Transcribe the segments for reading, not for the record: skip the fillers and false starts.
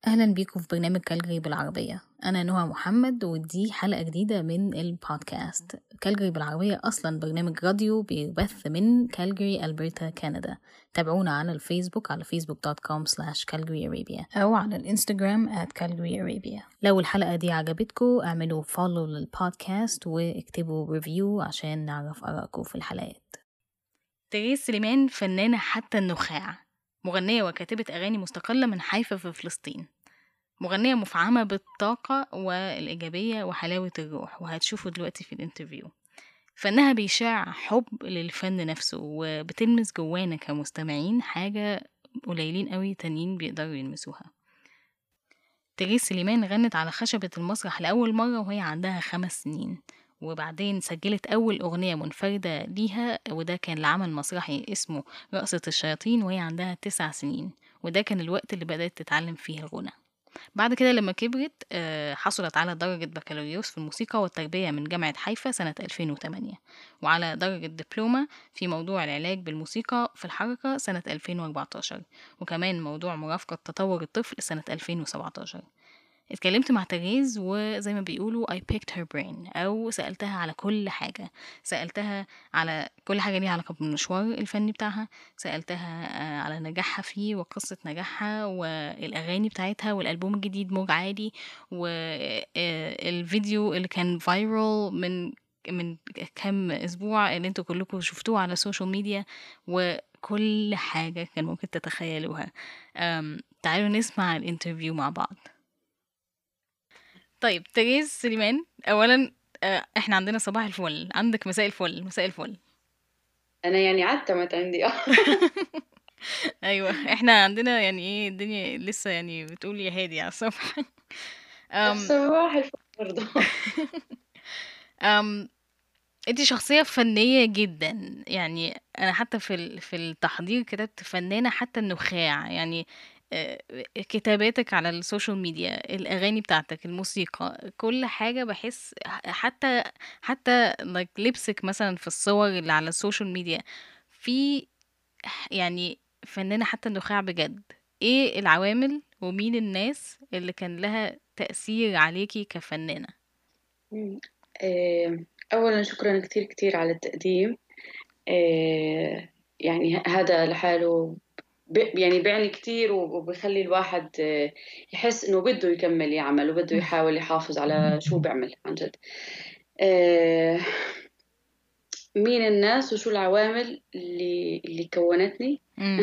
أهلا بيكم في برنامج كالجري بالعربية. أنا نهى محمد ودي حلقة جديدة من البودكاست. كالجري بالعربية أصلا برنامج راديو بيبث من كالجري ألبرتا كندا. تابعونا على الفيسبوك على facebook.com/CalgaryArabia أو على الانستجرام @CalgaryArabia. لو الحلقة دي عجبتكم اعملوا فولو للبودكاست واكتبوا ريفيو عشان نعرف آرائكم في الحلقات. تريس سليمان فنانة حتى النخاع، مغنية وكاتبة أغاني مستقلة من حيفا في فلسطين، مغنية مفعمة بالطاقة والإيجابية وحلاوة الروح، وهتشوفوا دلوقتي في الانترفيو. فإنها بيشاع حب للفن نفسه وبتلمس جوانا كمستمعين حاجة قليلين قوي تانيين بيقدروا يلمسوها. تريس سليمان غنت على خشبة المسرح لأول مرة وهي عندها 5 سنين، وبعدين سجلت أول أغنية منفردة ليها وده كان لعمل مسرحي اسمه رقصة الشياطين وهي عندها 9 سنين، وده كان الوقت اللي بدأت تتعلم فيه الغنى. بعد كده لما كبرت حصلت على درجة بكالوريوس في الموسيقى والتربية من جامعة حيفا سنة 2008، وعلى درجة دبلومة في موضوع العلاج بالموسيقى في الحركة سنة 2014، وكمان موضوع مرافقة تطور الطفل سنة 2017. اتكلمت مع تريز وزي ما بيقولوا I picked her brain أو سألتها على كل حاجة. سألتها على كل حاجة ليها علاقة بالمشوار الفني بتاعها، سألتها على نجاحها فيه وقصة نجاحها والأغاني بتاعتها والألبوم الجديد موج عالي والفيديو اللي كان فايرال من كام أسبوع اللي انتوا كلكم شفتوه على السوشيال ميديا، وكل حاجة كان ممكن تتخيلوها. تعالوا نسمع الانترفيو مع بعض. طيب تريز سليمان، اولا احنا عندنا صباح الفل، عندك مساء الفل. مساء الفل. انا يعني عتمت عندي ايوه احنا عندنا يعني ايه الدنيا لسه يعني بتقول يا هادي على الصبح. صباح الفل برضه. انتي شخصية فنية جدا، يعني انا حتى في التحضير كتبت فنانة حتى النخاع، يعني كتاباتك على السوشيال ميديا، الاغاني بتاعتك، الموسيقى، كل حاجة بحس حتى like لبسك مثلا في الصور اللي على السوشيال ميديا، في يعني فنانة حتى النخاع بجد. ايه العوامل ومين الناس اللي كان لها تأثير عليكي كفنانة؟ مم. اولا شكرا كتير كتير على التقديم. يعني هذا لحاله يعني بيعني كتير وبخلي الواحد يحس انه بده يكمل يعمل وبده يحاول يحافظ على شو بيعمل عن جد. آه، مين الناس وشو العوامل اللي كونتني؟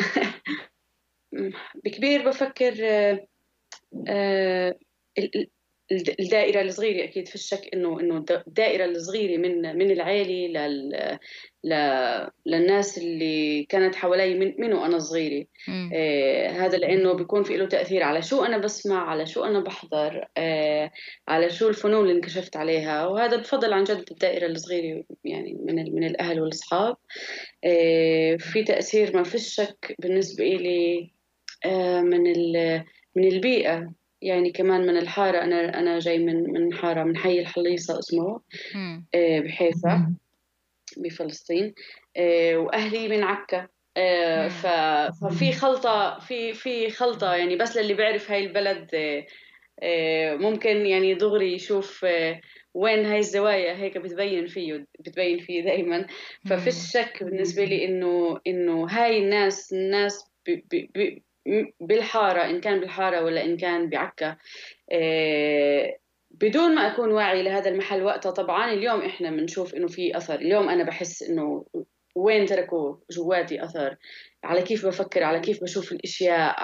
بكبير بفكر آه، الدائرة الصغيرة أكيد في الشك إنه الدائرة الصغيرة من العيلة للناس اللي كانت حوالي من وأنا صغيرة. هذا لأنه بيكون في له تأثير على شو أنا بسمع، على شو أنا بحضر، على شو الفنون اللي انكشفت عليها، وهذا بفضل عن جد الدائرة الصغيرة يعني من الأهل والأصحاب. في تأثير ما في الشك بالنسبة إلي من البيئة، يعني كمان من الحارة. أنا جاي من حارة من حي الحليصة اسمه بحيفا بفلسطين. وأهلي من عكا. ففي خلطة في خلطة يعني، بس للي بيعرف هاي البلد ممكن يعني دغري يشوف وين هاي الزوايا هيك بتبين فيه دائما. ففي الشك بالنسبة لي إنه هاي الناس بالحارة، إن كان بالحارة ولا إن كان بعكا، بدون ما أكون واعي لهذا المحل وقتها. طبعا اليوم إحنا بنشوف إنه في أثر، اليوم أنا بحس إنه وين تركوا جواتي أثر على كيف بفكر، على كيف بشوف الأشياء،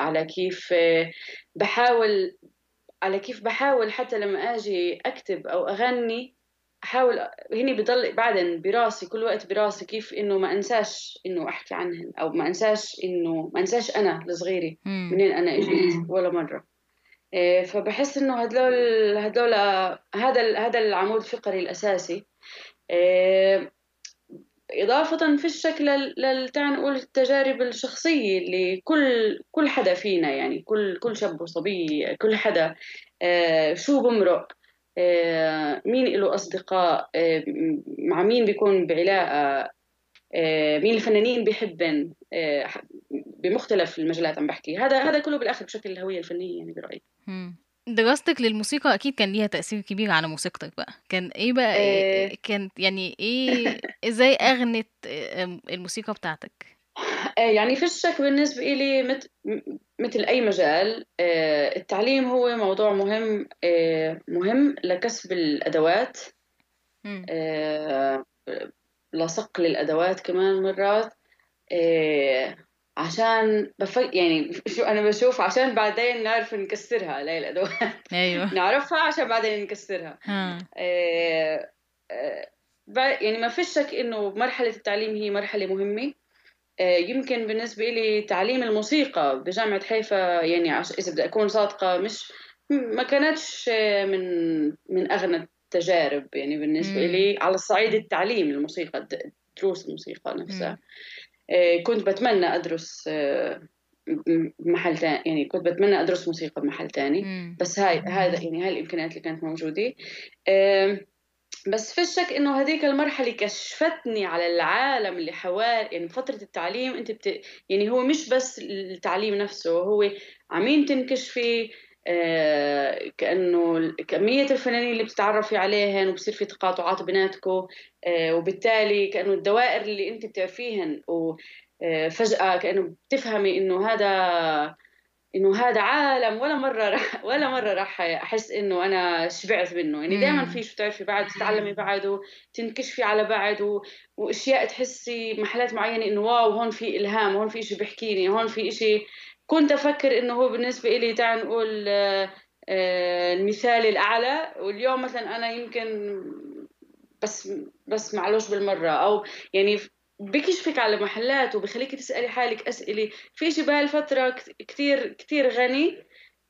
بحاول على كيف بحاول حتى لما أجي أكتب أو أغني أحاول هني بضل بعدين براسي كل وقت براسي كيف إنه ما أنساش إنه أحكي عنهن، أو ما أنساش أنا الصغيرة منين أنا إجيت ولا مرة. فبحس إنه هدول هذا العمود الفقري الأساسي. إيه، إضافة في الشكل تعال نقول التجارب الشخصية اللي كل حدا فينا، يعني كل شاب وصبي، كل حدا شو بمرق، مين له أصدقاء، مع مين بيكون بعلاقة، مين الفنانين بيحبن، بمختلف المجالات عم بحكي. هذا كله بالآخر بشكل الهوية الفنية يعني برأيي. دراستك للموسيقى اكيد كان ليها تأثير كبير على موسيقتك بقى. كان ايه بقى كانت يعني ايه ازاي اغنت الموسيقى بتاعتك؟ يعني في الشك بالنسبة إلي مثل أي مجال، التعليم هو موضوع مهم، مهم لكسب الأدوات، لصقل الأدوات كمان مرات، عشان يعني شو أنا بشوف عشان بعدين نعرف نكسرها هاي الأدوات. ايوه نعرفها عشان بعدين نكسرها. يعني ما فيش شك إنه مرحلة التعليم هي مرحلة مهمة. يمكن بالنسبة لي تعليم الموسيقى بجامعة حيفا، يعني إذا بدي أكون صادقة، مش ما كانتش من أغنى التجارب يعني بالنسبة لي على الصعيد التعليم الموسيقى، دروس الموسيقى نفسها. كنت بتمنى أدرس بمحل تاني، يعني كنت بتمنى أدرس موسيقى بمحل تاني، بس هذا يعني هاي الإمكانيات اللي كانت موجودة. بس في الشك انه هذيك المرحله كشفتني على العالم اللي حوالي، يعني فتره التعليم انت يعني هو مش بس التعليم نفسه، هو عمين تنكشفي كانه كميه الفنانين اللي بتتعرفي عليهن وبصير في تقاطعات بيناتكم، وبالتالي كانه الدوائر اللي انت بتعرفيهن وفجاه كانه بتفهمي انه هذا عالم ولا مره راح احس انه انا شبعت منه. يعني دائما في شو تعرفي بعد تتعلمي بعده، تنكشفي على بعد واشياء تحسي محلات معينه انه واو، هون في الهام، هون في شيء بيحكيني، هون في شيء كنت افكر انه هو بالنسبه لي تعال نقول المثال الاعلى، واليوم مثلا انا يمكن بس معلوش بالمره، او يعني بكشفك على محلات وبخليك تسألي حالك أسئلة في شيء بهالفترة كتير كتير غني،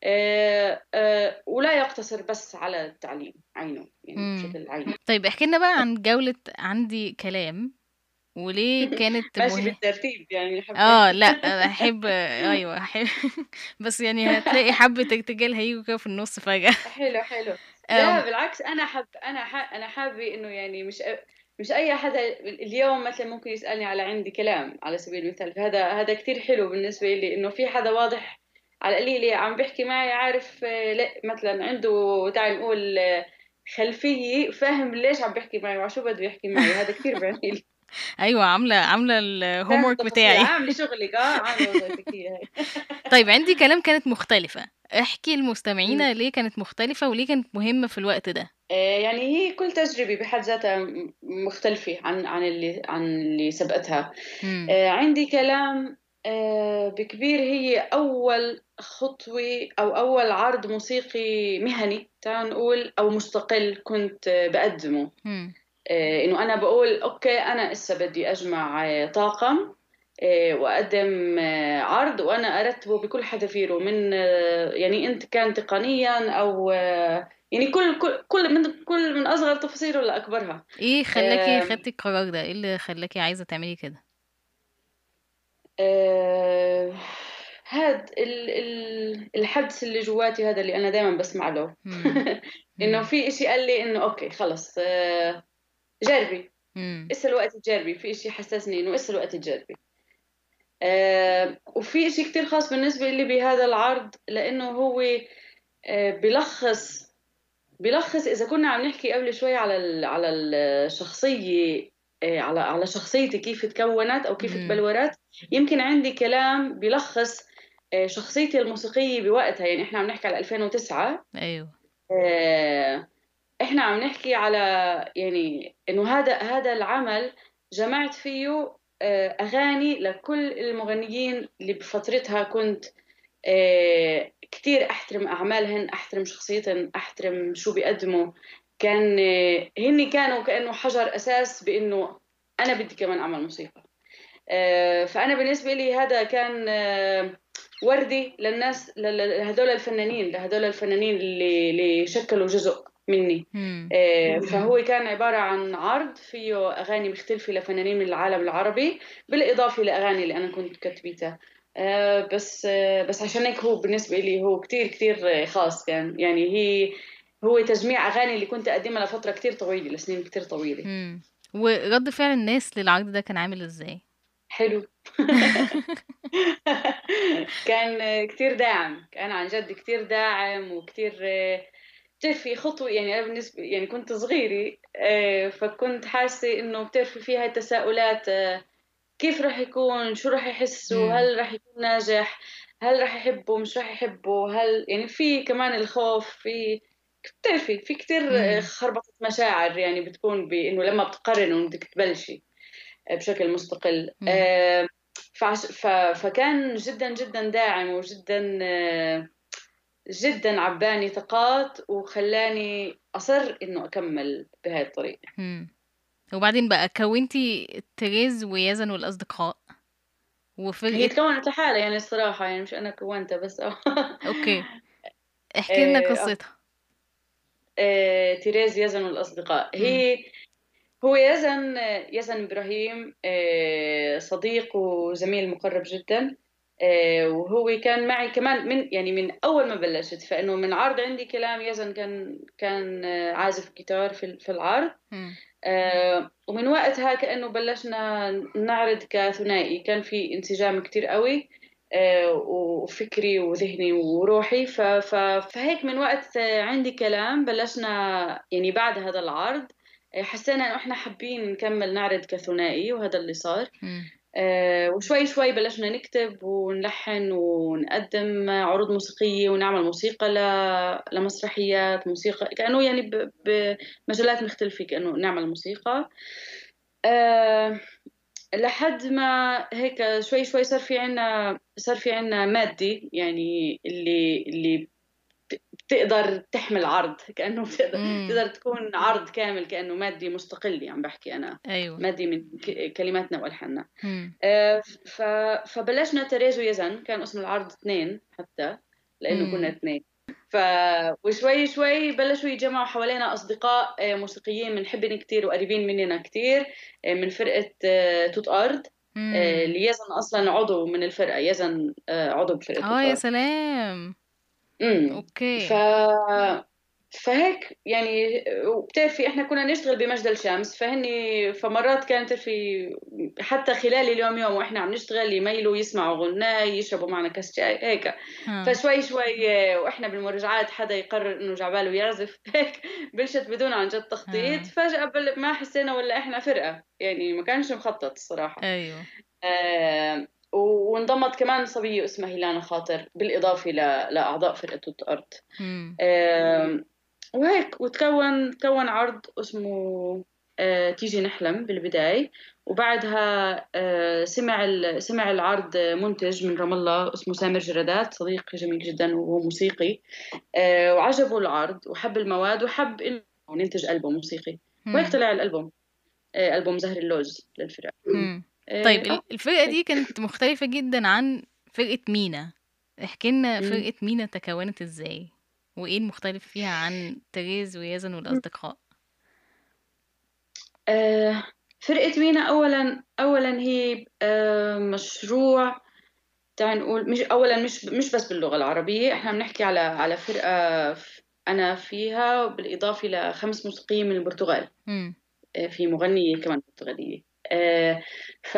ولا يقتصر بس على التعليم عينه، يعني بشكل عيني. طيب احكي لنا بقى عن جولة عندي كلام، وليه كانت ماشي بالترتيب يعني لا احب ايوه احب بس يعني هتلاقي حبة ارتجال هيجوا كده في النص فجأة. حلو حلو. لا أم، بالعكس، انا حابه انه يعني مش اي حدا اليوم مثلا ممكن يسالني على عندي كلام على سبيل المثال، فهذا كتير حلو بالنسبه لي انه في حدا واضح على القليله عم بيحكي معي، عارف لا مثلا عنده تعال نقول خلفيه، فاهم ليش عم بيحكي معي وعشو بده يحكي معي، هذا كتير بعني لي. ايوه عاملة الهوم فاهم ورك التفاصيل، بتاعي. عامله شغلك، عامله وظيفتك هي. طيب عندي كلام كانت مختلفة، احكي هي لمستمعينا ليه كانت مختلفة وليه كانت مهمة في الوقت ده. يعني هي كل تجربة بحد ذاتها مختلفة عن اللي سبقتها. امم عندي كلام بكبير هي أول خطوة أو أول عرض موسيقي مهني تعال نقول أو مستقل كنت بقدمه. امم إنه أنا بقول أوكي، أنا إسا بدي أجمع طاقم وأقدم عرض، وأنا أرتبه بكل حذافيره، من يعني أنت كان تقنيا أو يعني كل من أصغر تفاصيله لأكبرها. ايه خلاكي خدتي القرار ده؟ ايه اللي خلاكي عايزة تعملي كده؟ آه، هاد الحدس اللي جواتي هذا اللي أنا دائما بسمع له. امم إنه امم في إشي قال لي إنه أوكي خلص، جربي، امم إسا الوقت تجربي، في إشي حسسني إنه إسا الوقت تجربي. وفي إشي كتير خاص بالنسبة لي بهذا العرض، لأنه هو بيلخص إذا كنا عم نحكي قبل شوي على الشخصية، على شخصيتي كيف تكونت أو كيف امم تبلورت. يمكن عندي كلام بيلخص شخصيتي الموسيقية بوقتها، يعني إحنا عم نحكي على 2009. ايوه آه، إحنا عم نحكي على يعني إنه هذا العمل جمعت فيه أغاني لكل المغنيين اللي بفترتها كنت كتير أحترم أعمالهن، أحترم شخصيتهن، أحترم شو بيقدموا. كان هن كانوا كأنه حجر أساس بإنه أنا بدي كمان أعمل موسيقى. فأنا بالنسبة لي هذا كان وردي للناس، لهدول الفنانين اللي شكلوا جزء مني. امم فهو كان عبارة عن عرض فيه أغاني مختلفة لفنانين من العالم العربي، بالإضافة لأغاني اللي أنا كنت كتبتها. بس عشان هيك هو بالنسبة لي هو كتير كتير خاص كان، يعني هو تجميع أغاني اللي كنت أقدمها لفترة كتير طويلة، لسنين كتير طويلة. ورد فعل الناس للعرض ده كان عامل ازاي؟ حلو. كان كتير داعم، كان عن جد كتير داعم وكتير بتعرفي خطوة. يعني أنا بالنسبة يعني كنت صغيرة، فكنت حاسة إنه بتعرفي فيها التساؤلات، كيف راح يكون، شو راح يحسوا، مم. هل راح يكون ناجح، هل راح يحبه، مش راح يحبه، هل يعني في كمان الخوف، في بتعرفي في كتير مم. خربطة مشاعر يعني بتكون بإنه لما بتقرر إنه بدك تبلشي بشكل مستقل. مم. فكان جدا جدا داعم وجدا جدا عباني طاقات وخلاني أصر إنه أكمل بهاي الطريق. مم. وبعدين بقى كونتي تريز ويزن والأصدقاء هي وفرقة. تكونت لحالها يعني الصراحة، يعني مش أنا كونتها بس. اوكي، احكي لنا آه، قصتها. تيريز يزن والأصدقاء. مم. هو يزن إبراهيم، صديق وزميل مقرب جدا. وهو كان معي كمان من أول ما بلشت، فإنه من عرض عندي كلام يزن كان عازف جيتار في العرض. مم. ومن وقتها كأنه بلشنا نعرض كثنائي، كان في انسجام كتير قوي، وفكري وذهني وروحي. فهيك من وقت عندي كلام بلشنا يعني بعد هذا العرض، حسينا انه احنا حابين نكمل نعرض كثنائي، وهذا اللي صار. مم. وشوي شوي بلشنا نكتب ونلحن ونقدم عروض موسيقية ونعمل موسيقى لمسرحيات، موسيقى كأنه يعني بمجالات مختلفة، كأنه نعمل موسيقى. أه لحد ما هيك شوي شوي صار في عنا مادي، يعني اللي بتقدر تحمل عرض، كأنه مم. بتقدر تكون عرض كامل، كأنه مادي مستقل. عم بحكي أنا ايوه. مادي من كلماتنا وألحاننا. مم. فبلشنا تريز ويزن، كان اسم العرض اثنين حتى لأنه كنا مم. اثنين. ف وشوي شوي بلشوا يجمعوا حوالينا أصدقاء موسيقيين بنحبهم كتير وقريبين مننا كتير، من فرقة توت أرض. مم. اللي يزن أصلا عضو من الفرقة، يزن عضو بفرقة اه توت يا أرض. سلام. ف اوكي. فهيك يعني. وبتعرفي احنا كنا نشتغل بمجد الشمس، فمرات كانت في حتى خلال اليوم يوم واحنا عم نشتغل يميلوا يسمعوا غناي، يشربوا معنا كاس شاي هيك. ها. فشوي شوي واحنا بالمراجعات حدا يقرر انه جعباله يعزف. هيك بلشت بدون عن جد تخطيط، ها. فجأة ما حسينا ولا احنا فرقة، يعني ما كانش مخطط الصراحة. ايوه. وانضمت كمان صبية اسمها هيلانا خاطر بالإضافة لأعضاء فرقة توت أرض. مم. وهيك تكون عرض اسمه تيجي نحلم بالبداية. وبعدها سمع العرض منتج من رام الله اسمه سامر جرادات، صديق جميل جدا وهو موسيقي. وعجبه العرض وحب المواد وحب إنه ننتج ألبوم موسيقي. وهيك مم. طلع الألبوم، ألبوم زهر اللوز للفرق. مم. طيب الفرقة دي هيك. كانت مختلفة جدا عن فرقة مينا. احكي لنا مم. فرقة مينا تكونت ازاي، وايه المختلف فيها عن تريز ويزن والأصدقاء؟ آه، فرقة مينا أولا هي مشروع. تعال نقول مش أولا مش بس باللغة العربية، احنا بنحكي على فرقة أنا فيها، بالإضافة لخمس موسيقيين من البرتغال. مم. في مغنية كمان برتغالية. ف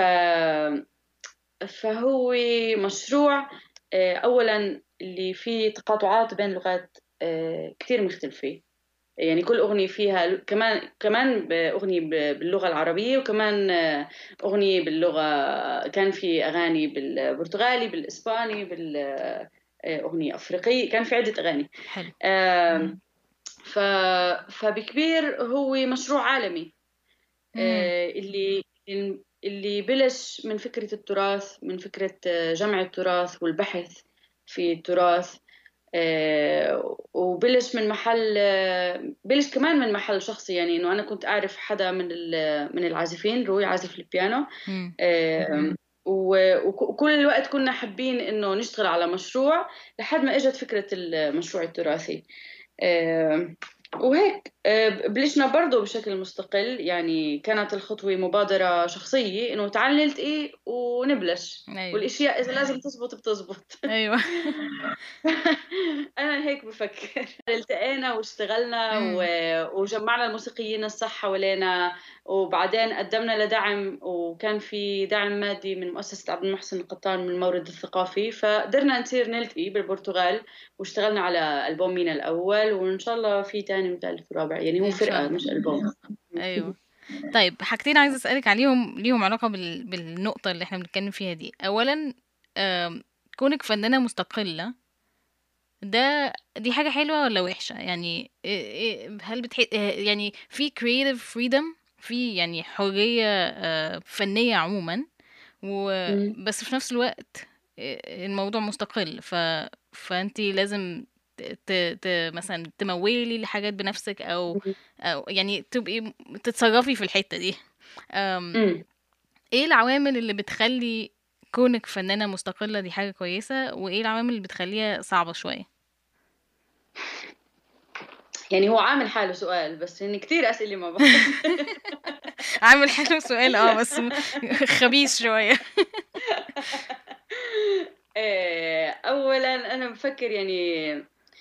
فهو مشروع أولا اللي فيه تقاطعات بين لغات كتير مختلفة. يعني كل أغنية فيها كمان أغنية باللغة العربية، وكمان أغنية باللغة، كان في أغاني بالبرتغالي، بالإسباني، أغنية أفريقية، كان في عدة أغاني. حلو. آم، ف فبكبير هو مشروع عالمي، مم. اللي بلش من فكرة التراث، من فكرة جمع التراث والبحث في التراث. وبلش من محل، بلش كمان من محل شخصي، يعني انه انا كنت اعرف حدا من العازفين، روي عازف البيانو. مم. وكل الوقت كنا حابين انه نشتغل على مشروع لحد ما اجت فكرة المشروع التراثي. آه، وهيك بلشنا برضو بشكل مستقل، يعني كانت الخطوة مبادرة شخصية إنه تعال نلتقي ونبلش، ايوه والاشياء اذا لازم تزبط بتزبط. ايوه. انا هيك بفكر. التقينا واشتغلنا امم وجمعنا الموسيقيين الصح حوالينا، وبعدين قدمنا لدعم، وكان في دعم مادي من مؤسسة عبد المحسن القطان من المورد الثقافي، فقدرنا نصير نلتقي بالبرتغال، واشتغلنا على ألبوم مينا الأول، وإن شاء الله في تاني وثالث ورابع، يعني هو ان شاء فرقة الله. مش ألبوم. ايوه. طيب حاجتين عايزه اسالك عليهم ليهم علاقه بالنقطه اللي احنا بنتكلم فيها دي. اولا كونك فنانه مستقله، دي حاجه حلوه ولا وحشه؟ يعني هل يعني في creative freedom، في يعني حريه فنيه عموما، مم. بس في نفس الوقت الموضوع مستقل، فانتي لازم مثلا تمولي الحاجات بنفسك، او يعني تبقي تتصرفي في الحتة دي. مم. ايه العوامل اللي بتخلي كونك فنانة مستقلة دي حاجة كويسة، وايه العوامل اللي بتخليها صعبة شوية؟ يعني هو عامل حاله سؤال، بس إن كتير أسئلة مع بعض. عامل حلو سؤال، بس خبيث شوية. اولا انا بفكر يعني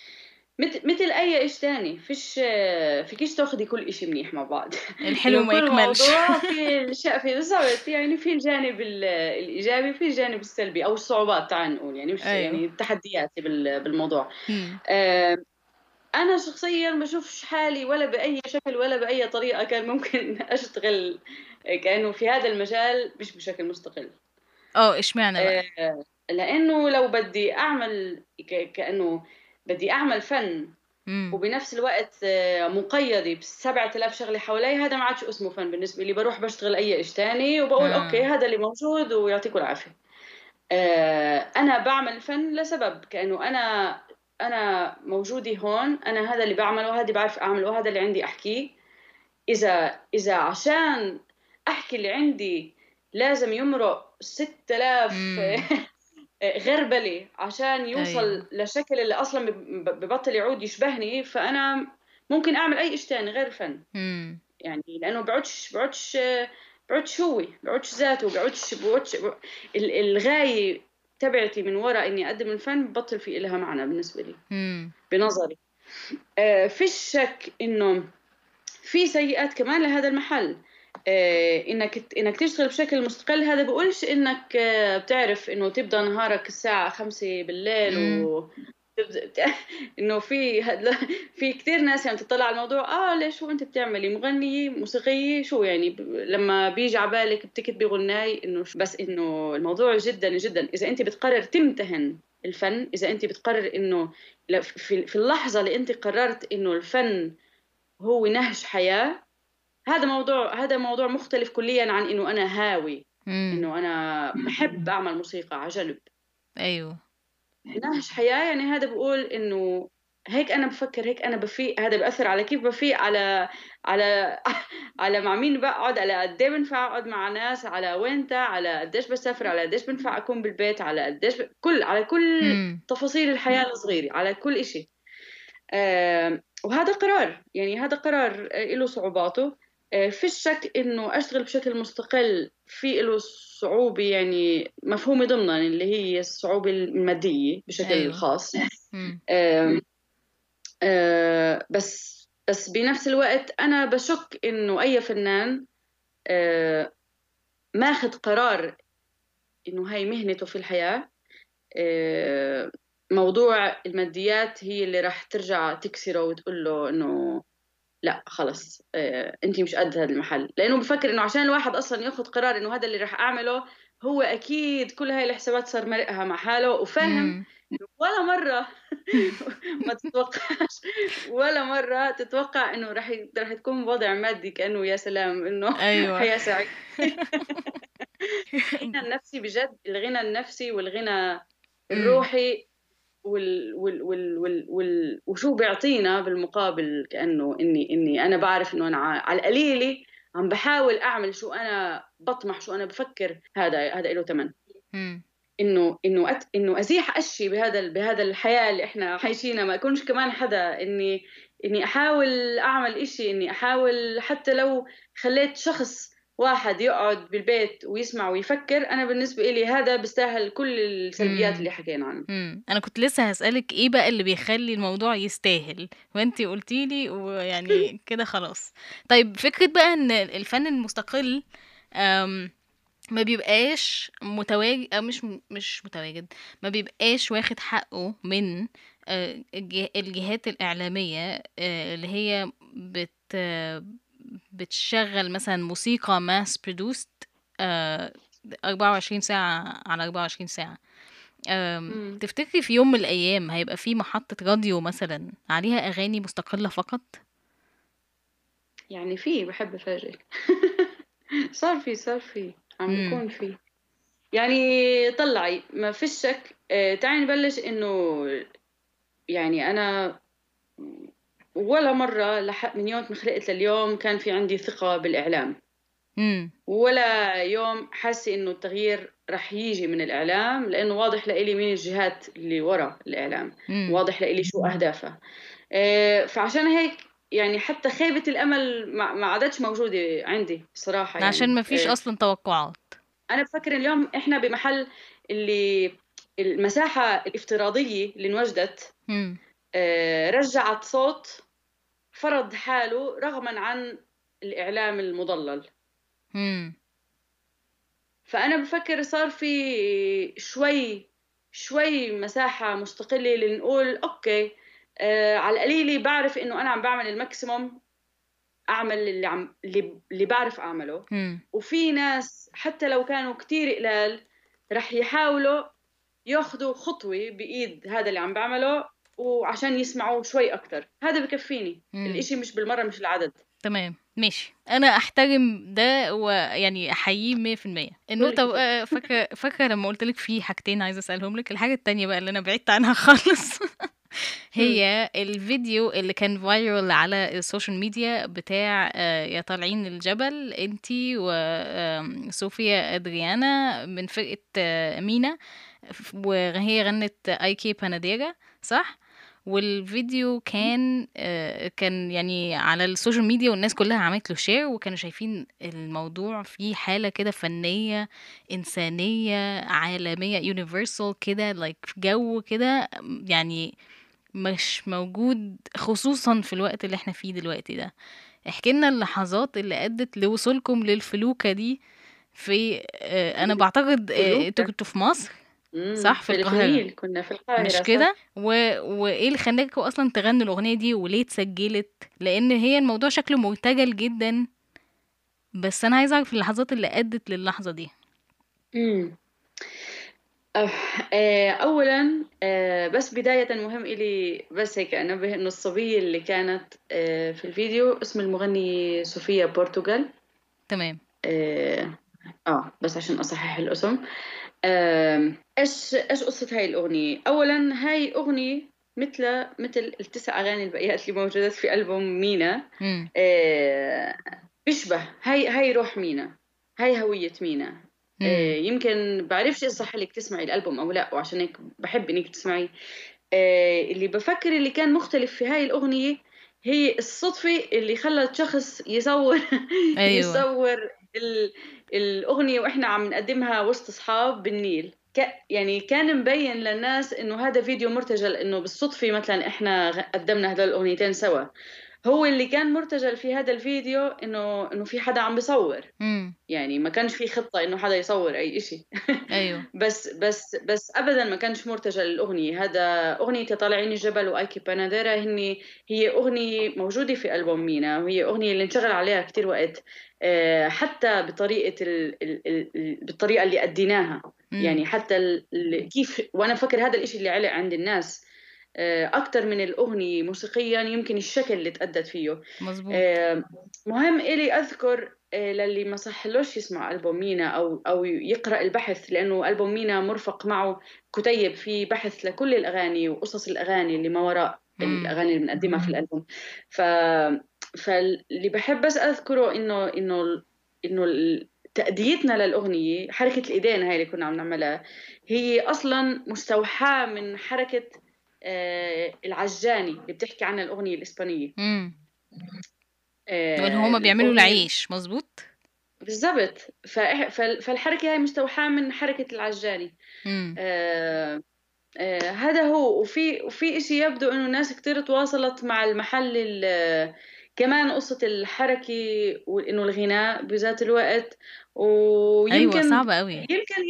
مثل اي شيء تاني، فيكيش تاخدي كل شيء منيح مع بعض. الحلو انه ما كل يكملش. موضوع في الشيء في بالضبط، يعني في الجانب الايجابي وفي الجانب السلبي او الصعوبات، تعال نقول يعني مش ايوه. يعني التحديات بالموضوع. هم. آه، انا شخصيا ما بشوفش حالي ولا باي شكل ولا باي طريقه كان ممكن اشتغل كانه في هذا المجال مش بشكل مستقل. اشمعنى بقى؟ لأنه لو بدي أعمل كأنه بدي أعمل فن، امم وبنفس الوقت مقيدة ب7,000 شغلة حوالي، هذا ما عادش اسمه فن بالنسبة لي. بروح بشتغل أي إشي تاني وبقول أوكي اه. هذا اللي موجود ويعطيكم العافية. أنا بعمل فن لسبب، كأنه أنا موجودة هون، أنا هذا اللي بعمله، هذا بعرف أعمله، هذا اللي عندي أحكيه. إذا عشان أحكي اللي عندي لازم يمرق 6,000 امم غربلة عشان ايوه. يوصل لشكل اللي أصلا ببطل يعود يشبهني، فأنا ممكن أعمل أي إشي تاني غير الفن. امم يعني لأنه بعودش هو بعودش ذاته، بعودش الغاية تبعتي من وراء إني أقدم الفن ببطل في إلها معنى بالنسبة لي، امم بنظري. في الشك إنه في سيئات كمان لهذا المحل. انك تشتغل بشكل مستقل، هذا بقولش انك بتعرف انه تبدا نهارك الساعه 5 بالليل امم انه في كثير ناس يعني تطلع على الموضوع، ليش شو انت بتعملي مغنيه موسيقيه شو يعني لما بيجي على بالك بتكتبي غناي انه بس انه الموضوع جدا جدا، اذا انت بتقرر تمتهن الفن، اذا انت بتقرر انه في اللحظه اللي انت قررت انه الفن هو نهج حياة، هذا موضوع مختلف كليا عن انه انا هاوي، امم انه انا بحب اعمل موسيقى على جنب. ايوه. نهج حياة يعني هذا بقول انه هيك انا بفكر، هيك انا بفيق، هذا بأثر على كيف بفيق، على على مع مين بقعد، على قد ايه بنفع اقعد مع ناس، على وينتا، على قديش بسافر، على قديش بنفع اكون بالبيت، على قديش على كل امم تفاصيل الحياة الصغيرة، على كل إشي. وهذا قرار، يعني هذا قرار له صعوباته. في الشك انه اشتغل بشكل مستقل في له صعوبة يعني مفهومة ضمنا، اللي هي الصعوبة المادية بشكل ايوه. خاص. امم آم، بس بنفس الوقت انا بشك انه اي فنان آه، ماخذ قرار انه هاي مهنته في الحياة، آه، موضوع الماديات هي اللي راح ترجع تكسره وتقول له انه لا خلص، انت مش قد هذا المحل. لانه بفكر انه عشان الواحد اصلا ياخذ قرار انه هذا اللي راح اعمله، هو اكيد كل هاي الحسابات صار مرقها مع حاله وفاهم امم إنه ولا مره ما تتوقعش، ولا مره تتوقع انه راح تكون بوضع مادي كانه يا سلام انه ايوه. حياه سعيده. الغنى النفسي بجد، الغنى النفسي والغنى امم الروحي وشو بيعطينا بالمقابل، كأنه إني أنا بعرف إنه أنا على القليلة عم بحاول أعمل شو أنا بطمح، شو أنا بفكر، هذا له ثمن. امم انه ازيح اشي بهذا الحياه اللي احنا عايشينها، ما اكونش كمان حدا، اني احاول اعمل اشي، اني احاول حتى لو خليت شخص واحد يقعد بالبيت ويسمع ويفكر، انا بالنسبه لي هذا بيستاهل كل السلبيات اللي حكينا عنها. انا كنت لسه هسألك ايه بقى اللي بيخلي الموضوع يستاهل، وانتي قلتيلي ويعني كده خلاص. طيب فكرة بقى ان الفن المستقل ما بيبقاش متواجد، أو مش متواجد، ما بيبقاش واخد حقه من الجهات الإعلامية اللي هي بتشغل مثلا موسيقى ماس produced 24 ساعة على 24 ساعة. مم. تفتكري في يوم من الأيام هيبقى في محطة راديو مثلا عليها أغاني مستقلة فقط؟ يعني بحب افاجئك. صار في عم امم. بيكون في، يعني طلعي ما فيش شك. تعالي نبلش انه يعني انا ولا مرة من يوم ما خلقت لليوم كان في عندي ثقة بالإعلام، امم. ولا يوم حاسة إنه التغيير رح يجي من الإعلام، لأنه واضح لإلي مين الجهات اللي ورا الإعلام، امم. واضح لإلي شو أهدافها. فعشان هيك يعني حتى خيبة الأمل ما عادتش موجودة عندي صراحة. عشان يعني ما فيش أصلا توقعات. أنا بفكر اليوم إحنا بمحل اللي المساحة الافتراضية اللي انوجدت امم. رجعت صوت فرض حاله رغما عن الإعلام المضلل. امم. فأنا بفكر صار في شوي مساحة مستقلة لنقول أوكي، على القليلة بعرف إنه أنا عم بعمل الماكسيموم، أعمل اللي بعرف أعمله. امم. وفي ناس حتى لو كانوا كتير قلال رح يحاولوا ياخذوا خطوة بإيد هذا اللي عم بعمله، وعشان يسمعوا شوي أكتر. هذا بكفيني، امم. الإشي مش بالمرة، مش العدد. تمام ماشي، انا احترم ده ويعني احييه 100%. كل النقطه كتب. بقى، فاكره لما قلت لك في حاجتين عايزه اسالهم لك، الحاجه التانية بقى اللي انا بعدت عنها خالص هي الفيديو اللي كان فايرال على السوشيال ميديا بتاع يا طالعين الجبل انتي وصوفيا ادريانا من فرقه مينا، وهي غنت ايكي باناديرا، صح؟ والفيديو كان يعني على السوشيال ميديا والناس كلها عملت له شير، وكانوا شايفين الموضوع فيه حالة كده فنية إنسانية عالمية يونيفرسال كده، جو كده يعني مش موجود خصوصا في الوقت اللي احنا فيه دلوقتي ده. احكي لنا اللحظات اللي أدت لوصولكم للفلوكة دي في أنا بعتقد انتوا فلوكة. كنتوا في مصر، صح؟ في في القاهرة، النيل، كنا في مش القاهرة، صح. كده؟ وايه اللي خلاكوا اصلا تغنوا الاغنيه دي وليه اتسجلت؟ لان هي الموضوع شكله مرتجل جدا، بس انا عايزه اعرف اللحظات اللي ادت للحظه دي. امم أه، أولا بس بداية مهم إلي بس هيك أنبه إنه الصبية اللي كانت في الفيديو اسم المغني صوفيا بورتوغال. تمام. آه بس عشان أصحح الاسم. إيش قصة هاي الأغنية؟ أولا هاي أغنية مثل التسع أغاني الباقيات اللي موجودات في ألبوم مينا. امم. آه، بيشبه هاي روح مينا، هاي هوية مينا. امم. يمكن بعرفش إذا صح لك تسمعي الألبوم أو لا، وعشان هيك بحب إنك تسمعي. اللي بفكر اللي كان مختلف في هاي الأغنية هي الصدفة اللي خلت شخص يصور ايوه. يصور الأغنية وإحنا عم نقدمها وسط أصحاب بالنيل. يعني كان مبين للناس إنه هذا فيديو مرتجل، إنه بالصدفة مثلا إحنا قدمنا هذول الأغنيتين سوا. هو اللي كان مرتجل في هذا الفيديو إنه في حدا عم بيصور. امم. يعني ما كانش في خطة إنه حدا يصور أي إشي. ايوه. بس أبدا ما كانش مرتجل الأغنية. هذا أغنية طالعين الجبل وآيكي باناديرا هي أغنية موجودة في ألبوم مينا، وهي أغنية اللي انشغل عليها كتير وقت. حتى بطريقة بالطريقة اللي أديناها. امم. يعني حتى كيف، وأنا فكر هذا الإشي اللي علق عند الناس أكتر من الأغنية موسيقيا، يمكن الشكل اللي تأدت فيه. مظبوط. آه، مهم إلي أذكر للي ما صحلوش يسمع ألبوم مينا أو يقرأ البحث، لأنه ألبوم مينا مرفق معه كتيب فيه بحث لكل الأغاني وقصص الأغاني اللي ما وراء امم. الأغاني اللي بنقدمها في الألبوم. ف فاللي بحب بس أذكره إنه تأديتنا للأغنية، حركة الإيدين هاي اللي كنا عم نعملها هي أصلا مستوحاة من حركة العجاني اللي بتحكي عنها الأغنية الإسبانية. واللي هما بيعملوا الأغنية العيش مظبوط. بالضبط. فالحركة هاي مستوحاة من حركة العجاني. امم آه، هذا هو. وفي إشي يبدو إنه الناس كتير تواصلت مع المحل كمان قصة الحركة وإنه الغناء بذات الوقت. ايوه ويمكن صعبة قوي.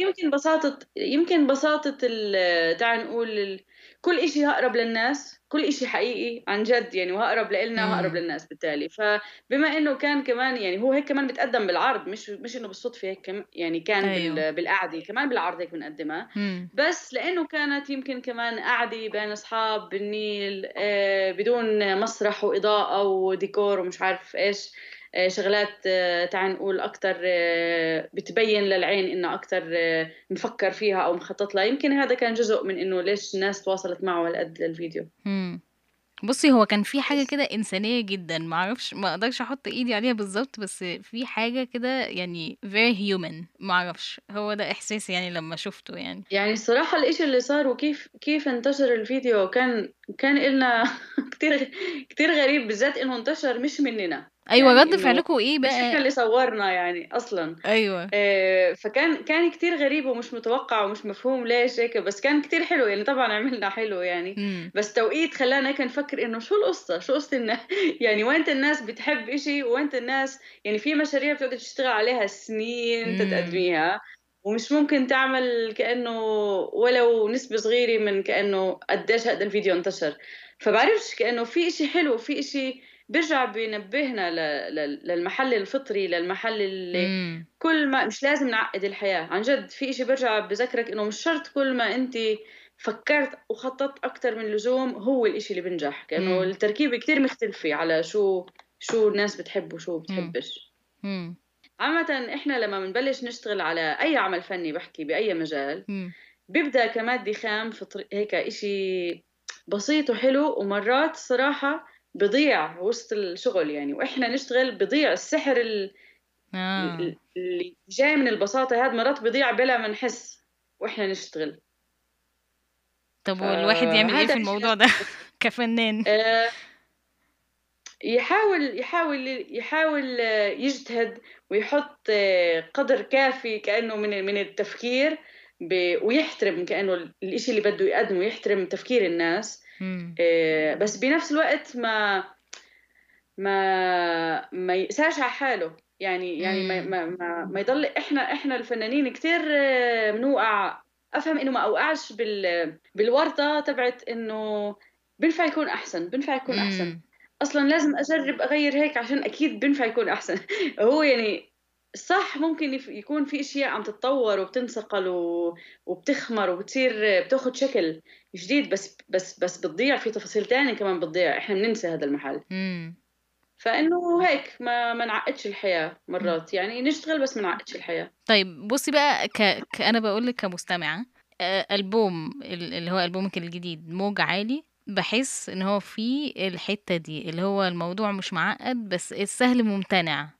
يمكن بساطة تعال نقول كل إشي أقرب للناس، كل إشي حقيقي عن جد يعني، وأقرب لإلنا وأقرب امم للناس بالتالي. فبما إنه كان كمان يعني هو هيك كمان بتقدم بالعرض، مش إنه بالصدفة هيك يعني كان ايوه. بالقعدة كمان بالعرض هيك بنقدمها. بس لأنه كانت يمكن كمان قعدة بين أصحاب بالنيل بدون مسرح وإضاءة وديكور ومش عارف إيش، شغلات تعال نقول أكتر بتبين للعين إنه أكتر نفكر فيها أو مخطط لها. يمكن هذا كان جزء من إنه ليش الناس تواصلت معه هالقد للفيديو. امم بصي، هو كان في حاجة كده إنسانية جدا، معرفش، ما أقدرش أحط إيدي عليها بالظبط، بس في حاجة كده يعني very human، معرفش، هو ده إحساسي يعني لما شفته يعني. يعني الصراحة الإشي اللي صار وكيف انتشر الفيديو كان إلنا كتير غريب، بالذات إنه انتشر مش مننا أيوة، يعني، رد إنه فعلكم إيه مش إحنا بقى؟ اللي صورنا يعني أصلا. أيوة. فكان كتير غريب ومش متوقع ومش مفهوم ليش هيك، بس كان كتير حلو يعني، طبعا عملنا حلو يعني. امم بس توقيت خلانا هيك نفكر إنه شو القصة، شو قصة يعني وين الناس بتحب إشي، وين الناس يعني في مشاريع بتقعد تشتغل عليها سنين امم تتقدميها، ومش ممكن تعمل كأنه ولو نسبة صغيرة من كأنه قديش هذا الفيديو انتشر. فبعرفش كأنه في إشي حلو، في إشي بيرجع بينبهنا للمحل الفطري، للمحل اللي امم كل ما مش لازم نعقد الحياة عن جد. في إشي برجع بذكرك إنه مش شرط كل ما أنت فكرت وخططت أكتر من اللزوم هو الإشي اللي بنجح، كأنه امم التركيبة كتير مختلفة على شو الناس بتحب وشو امم بتحبش. امم عامة إحنا لما بنبلش نشتغل على أي عمل فني، بحكي بأي مجال، امم بيبدأ كمادة خام هيك إشي بسيط وحلو، ومرات صراحة بضيع وسط الشغل يعني، وإحنا نشتغل بضيع السحر اه اللي جاي من البساطة هاد، مرات بيضيع بلا ما نحس وإحنا نشتغل. طب والواحد يعمل إيه فهذا في إشي الموضوع لازم ده نتذكره. كفنان؟ آه، يحاول يجتهد ويحط قدر كافي كأنه من التفكير، ويحترم كأنه الإشي اللي بده يقدمه، يحترم تفكير الناس. امم بس بنفس الوقت ما يقساش على حاله يعني امم ما يضل. احنا الفنانين كتير بنوقع. افهم انه ما اوقعش بالورطه تبعت انه بنفع يكون احسن. امم اصلا لازم اجرب اغير هيك عشان اكيد بنفع يكون احسن. هو يعني صح، ممكن يكون في اشياء عم تتطور وبتنسقل وبتخمر وبتصير بتاخد شكل جديد، بس بتضيع في تفاصيل تانية كمان، بتضيع، احنا بننسى هذا المحل. امم فانه هيك ما نعقدش الحياه امم مرات يعني، نشتغل بس ما نعقدش الحياه. طيب بصي بقى، انا بقول لك كمستمعة، ألبوم اللي هو ألبومك الجديد موج عالي، بحس ان هو فيه الحتة دي اللي هو الموضوع مش معقد بس السهل ممتنع.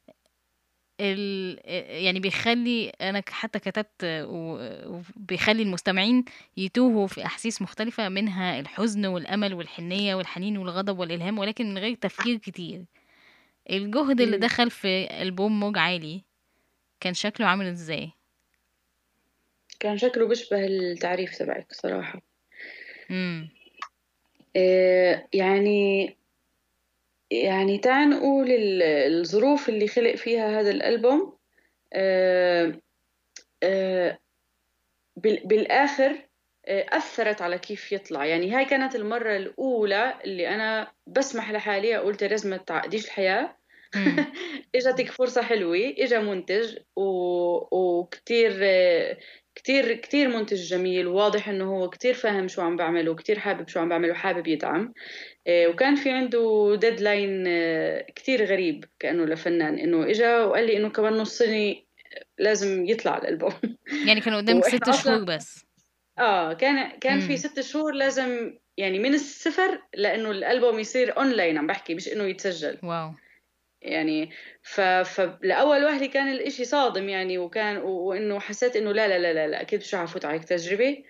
يعني بيخلي انا حتى كتبت وبيخلي المستمعين يتوهوا في احاسيس مختلفة، منها الحزن والامل والحنية والحنين والغضب والالهام، ولكن من غير تفكير كتير. الجهد اللي مم. دخل في ألبوم موج عالي كان شكله عامل ازاي؟ كان شكله بيشبه التعريف تبعك صراحه. امم يعني تعال نقول الظروف اللي خلق فيها هذا الألبوم. آه، آه، بالآخر أثرت على كيف يطلع. يعني هاي كانت المرة الأولى اللي أنا بسمح لحالي أقول تريز ما تعقديش الحياة. امم اجتك فرصة حلوة، اجا منتج وكتير كتير منتج جميل، وواضح انه هو كتير فاهم شو عم بعمل وكتير حابب شو عم بعمل وحابب يدعم. وكان في عنده ديدلاين كتير غريب كأنه لفنان، انه اجا وقال لي انه كمان نص سنة لازم يطلع الألبوم. يعني كان قدامك ست واحنا اصلا شهور بس؟ كان في امم 6 شهور لازم يعني من الصفر، لانه الالبوم يصير اونلاين، عم بحكي مش انه يتسجل. واو. يعني فلأول وهلة كان الإشي صادم يعني، وإنه حسيت إنه لا لا لا لا, لا أكيد مش هفوت على هيك تجربة.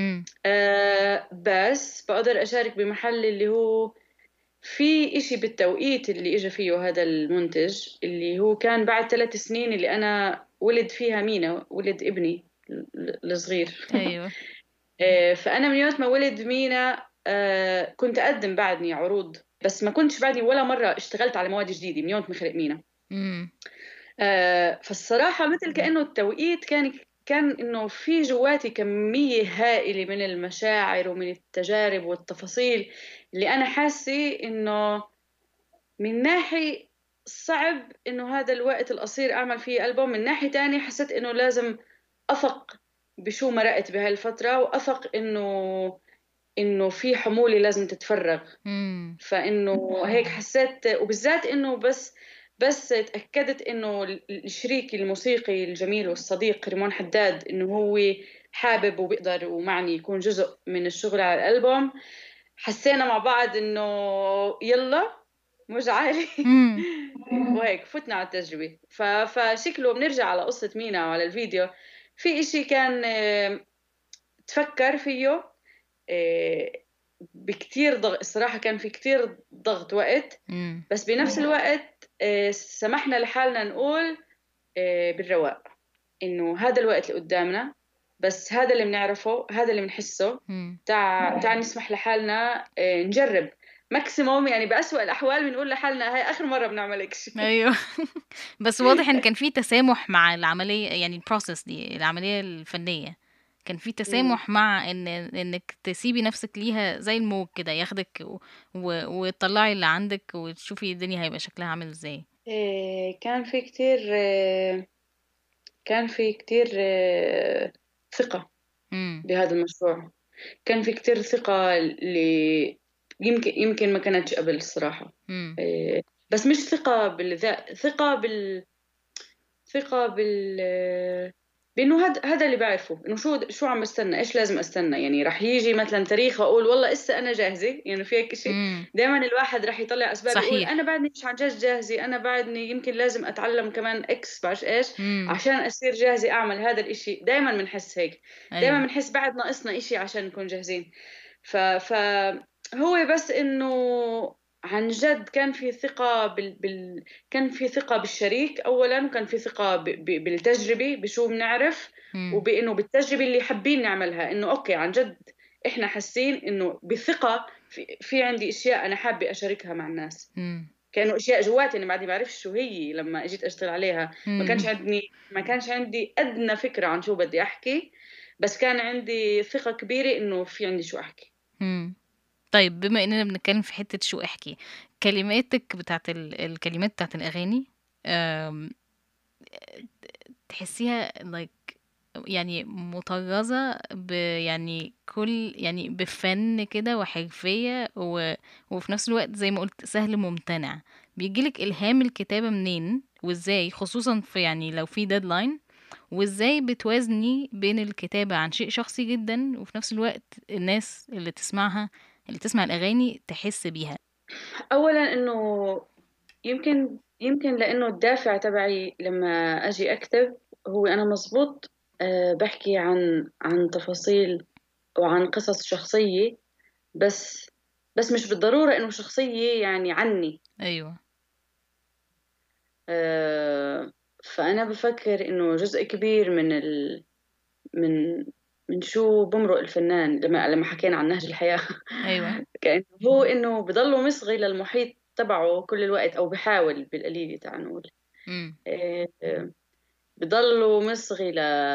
بس بقدر أشارك بمحل اللي هو في إشي بالتوقيت اللي إجا فيه هذا المنتج، اللي هو كان بعد 3 سنين اللي أنا ولد فيها مينا، ولد ابني الصغير. ايوه. فأنا من يوم ما ولد مينا كنت أقدم بعدني عروض، بس ما كنتش بعدني ولا مرة اشتغلت على مواد جديدة من يوم ما خلق مينا. فالصراحة مثل كأنه التوقيت كان إنه في جواتي كمية هائلة من المشاعر ومن التجارب والتفاصيل، اللي أنا حاسة إنه من ناحية صعب إنه هذا الوقت القصير أعمل فيه ألبوم، من ناحية تانية حسيت إنه لازم أثق بشو مرقت بهالفترة، وأثق إنه في حمولة لازم تتفرغ. فإنه هيك حسيت، وبالذات إنه بس تأكدت إنه الشريك الموسيقي الجميل والصديق ريمون حداد إنه هو حابب وبيقدر ومعني يكون جزء من الشغل على الألبوم. حسينا مع بعض إنه يلا مش عالي. وهيك فتنا على التجربة. فشكله بنرجع على قصة مينا وعلى الفيديو، في إشي كان تفكر فيه بكتير ضغط الصراحة، كان في كتير ضغط وقت، بس بنفس الوقت سمحنا لحالنا نقول بالرواق إنه هذا الوقت اللي قدامنا، بس هذا اللي بنعرفه، هذا اللي بنحسه. تعال نسمح لحالنا نجرب ماكسيموم، يعني بأسوأ الأحوال بنقول لحالنا هاي آخر مرة بنعمل هيك شيء. ايوه. بس واضح ان كان في تسامح مع العمليه، يعني البروسيس دي العمليه الفنيه كان في تسامح مع انك تسيبي نفسك ليها زي الموج كده ياخدك وتطلعي اللي عندك وتشوفي الدنيا هيبقى شكلها عامل ازاي. كان في كتير كان في كتير ثقة بهذا المشروع. كان في كتير ثقة اللي يمكن ما كانتش قبل الصراحة. بس مش ثقة بالذات، ثقة بانه هذا اللي بعرفه، انه شو عم بستنى، ايش لازم استنى. يعني رح يجي مثلا تاريخ واقول والله اسا انا جاهزه، يعني في هيك شيء. دائما الواحد رح يطلع اسباب، يقول صحيح. انا بعدني مش عن جد جاهزه، انا بعدني يمكن لازم اتعلم كمان اكس بعرفش ايش عشان اصير جاهزه اعمل هذا الاشي. دائما بنحس هيك. دائما ايوه. بنحس بعد ناقصنا اشي عشان نكون جاهزين. هو بس انه عن جد كان في ثقة كان في ثقة بالشريك أولا، وكان في ثقة بالتجربة بشو بنعرف، وبإنه بالتجربة اللي حابين نعملها، إنه أوكي عن جد إحنا حاسين إنه بثقة في عندي أشياء أنا حابة أشاركها مع الناس. كانوا أشياء جواتي أنا بعدي بعرفش شو هي لما أجيت أشتغل عليها. ما كانش عندي أدنى فكرة عن شو بدي أحكي، بس كان عندي ثقة كبيرة إنه في عندي شو أحكي. طيب بما اننا بنتكلم في حتة شو احكي، كلماتك بتاعت الكلمات بتاعت الاغاني تحسيها like يعني مطرزة يعني كل يعني بفن كده وحرفية وفي نفس الوقت زي ما قلت سهل ممتنع. بيجيلك إلهام الكتابة منين وازاي، خصوصا في يعني لو في ديدلاين، وازاي بتوازني بين الكتابة عن شيء شخصي جدا وفي نفس الوقت الناس اللي تسمع الأغاني تحس بيها. أولا إنه يمكن لأنه الدافع تبعي لما أجي أكتب هو أنا مزبوط بحكي عن تفاصيل وعن قصص شخصية، بس مش بالضرورة إنه شخصية يعني عني. أيوة. فأنا بفكر إنه جزء كبير من من شو بمرق الفنان لما حكينا عن نهج الحياة. أيوة. كأنه هو إنه بضله مصغي للمحيط تبعه كل الوقت، أو بحاول بالقليل تعال نقول. آه، بضلوا مصغي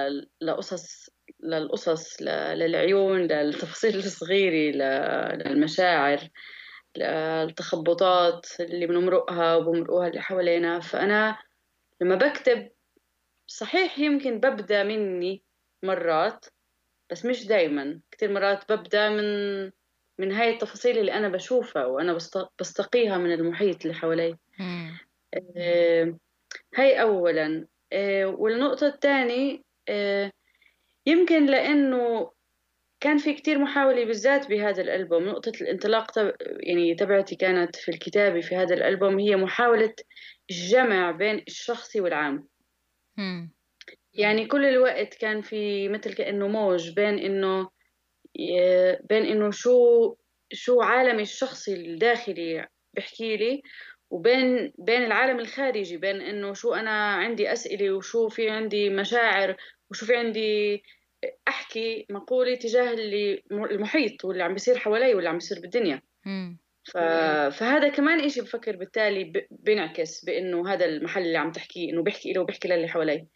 للعيون، للتفاصيل الصغيرة، للمشاعر، للتخبطات اللي بنمرقها وبمرقوها اللي حوالينا. فأنا لما بكتب صحيح يمكن ببدأ مني مرات، بس مش دايما. كتير مرات ببدأ من هاي التفاصيل اللي أنا بشوفها وأنا بستقيها من المحيط اللي حوالي. آه، هاي أولا. والنقطة الثانية يمكن لأنه كان في كتير محاولة بالذات بهذا الألبوم. نقطة الانطلاق يعني تبعتي كانت في الكتابة في هذا الألبوم هي محاولة الجمع بين الشخصي والعام. مم. يعني كل الوقت كان في مثل كأنه موج بين إنه بين إنه شو عالمي الشخصي الداخلي بحكي لي، وبين العالم الخارجي، بين إنه شو أنا عندي أسئلة وشو في عندي مشاعر وشو في عندي أحكي مقولة تجاه المحيط واللي عم بيصير حوالي واللي عم بيصير بالدنيا. مم. فهذا كمان إشي بفكر بالتالي بينعكس بإنه هذا المحل اللي عم تحكيه إنه بيحكي له وبيحكي للي حواليه.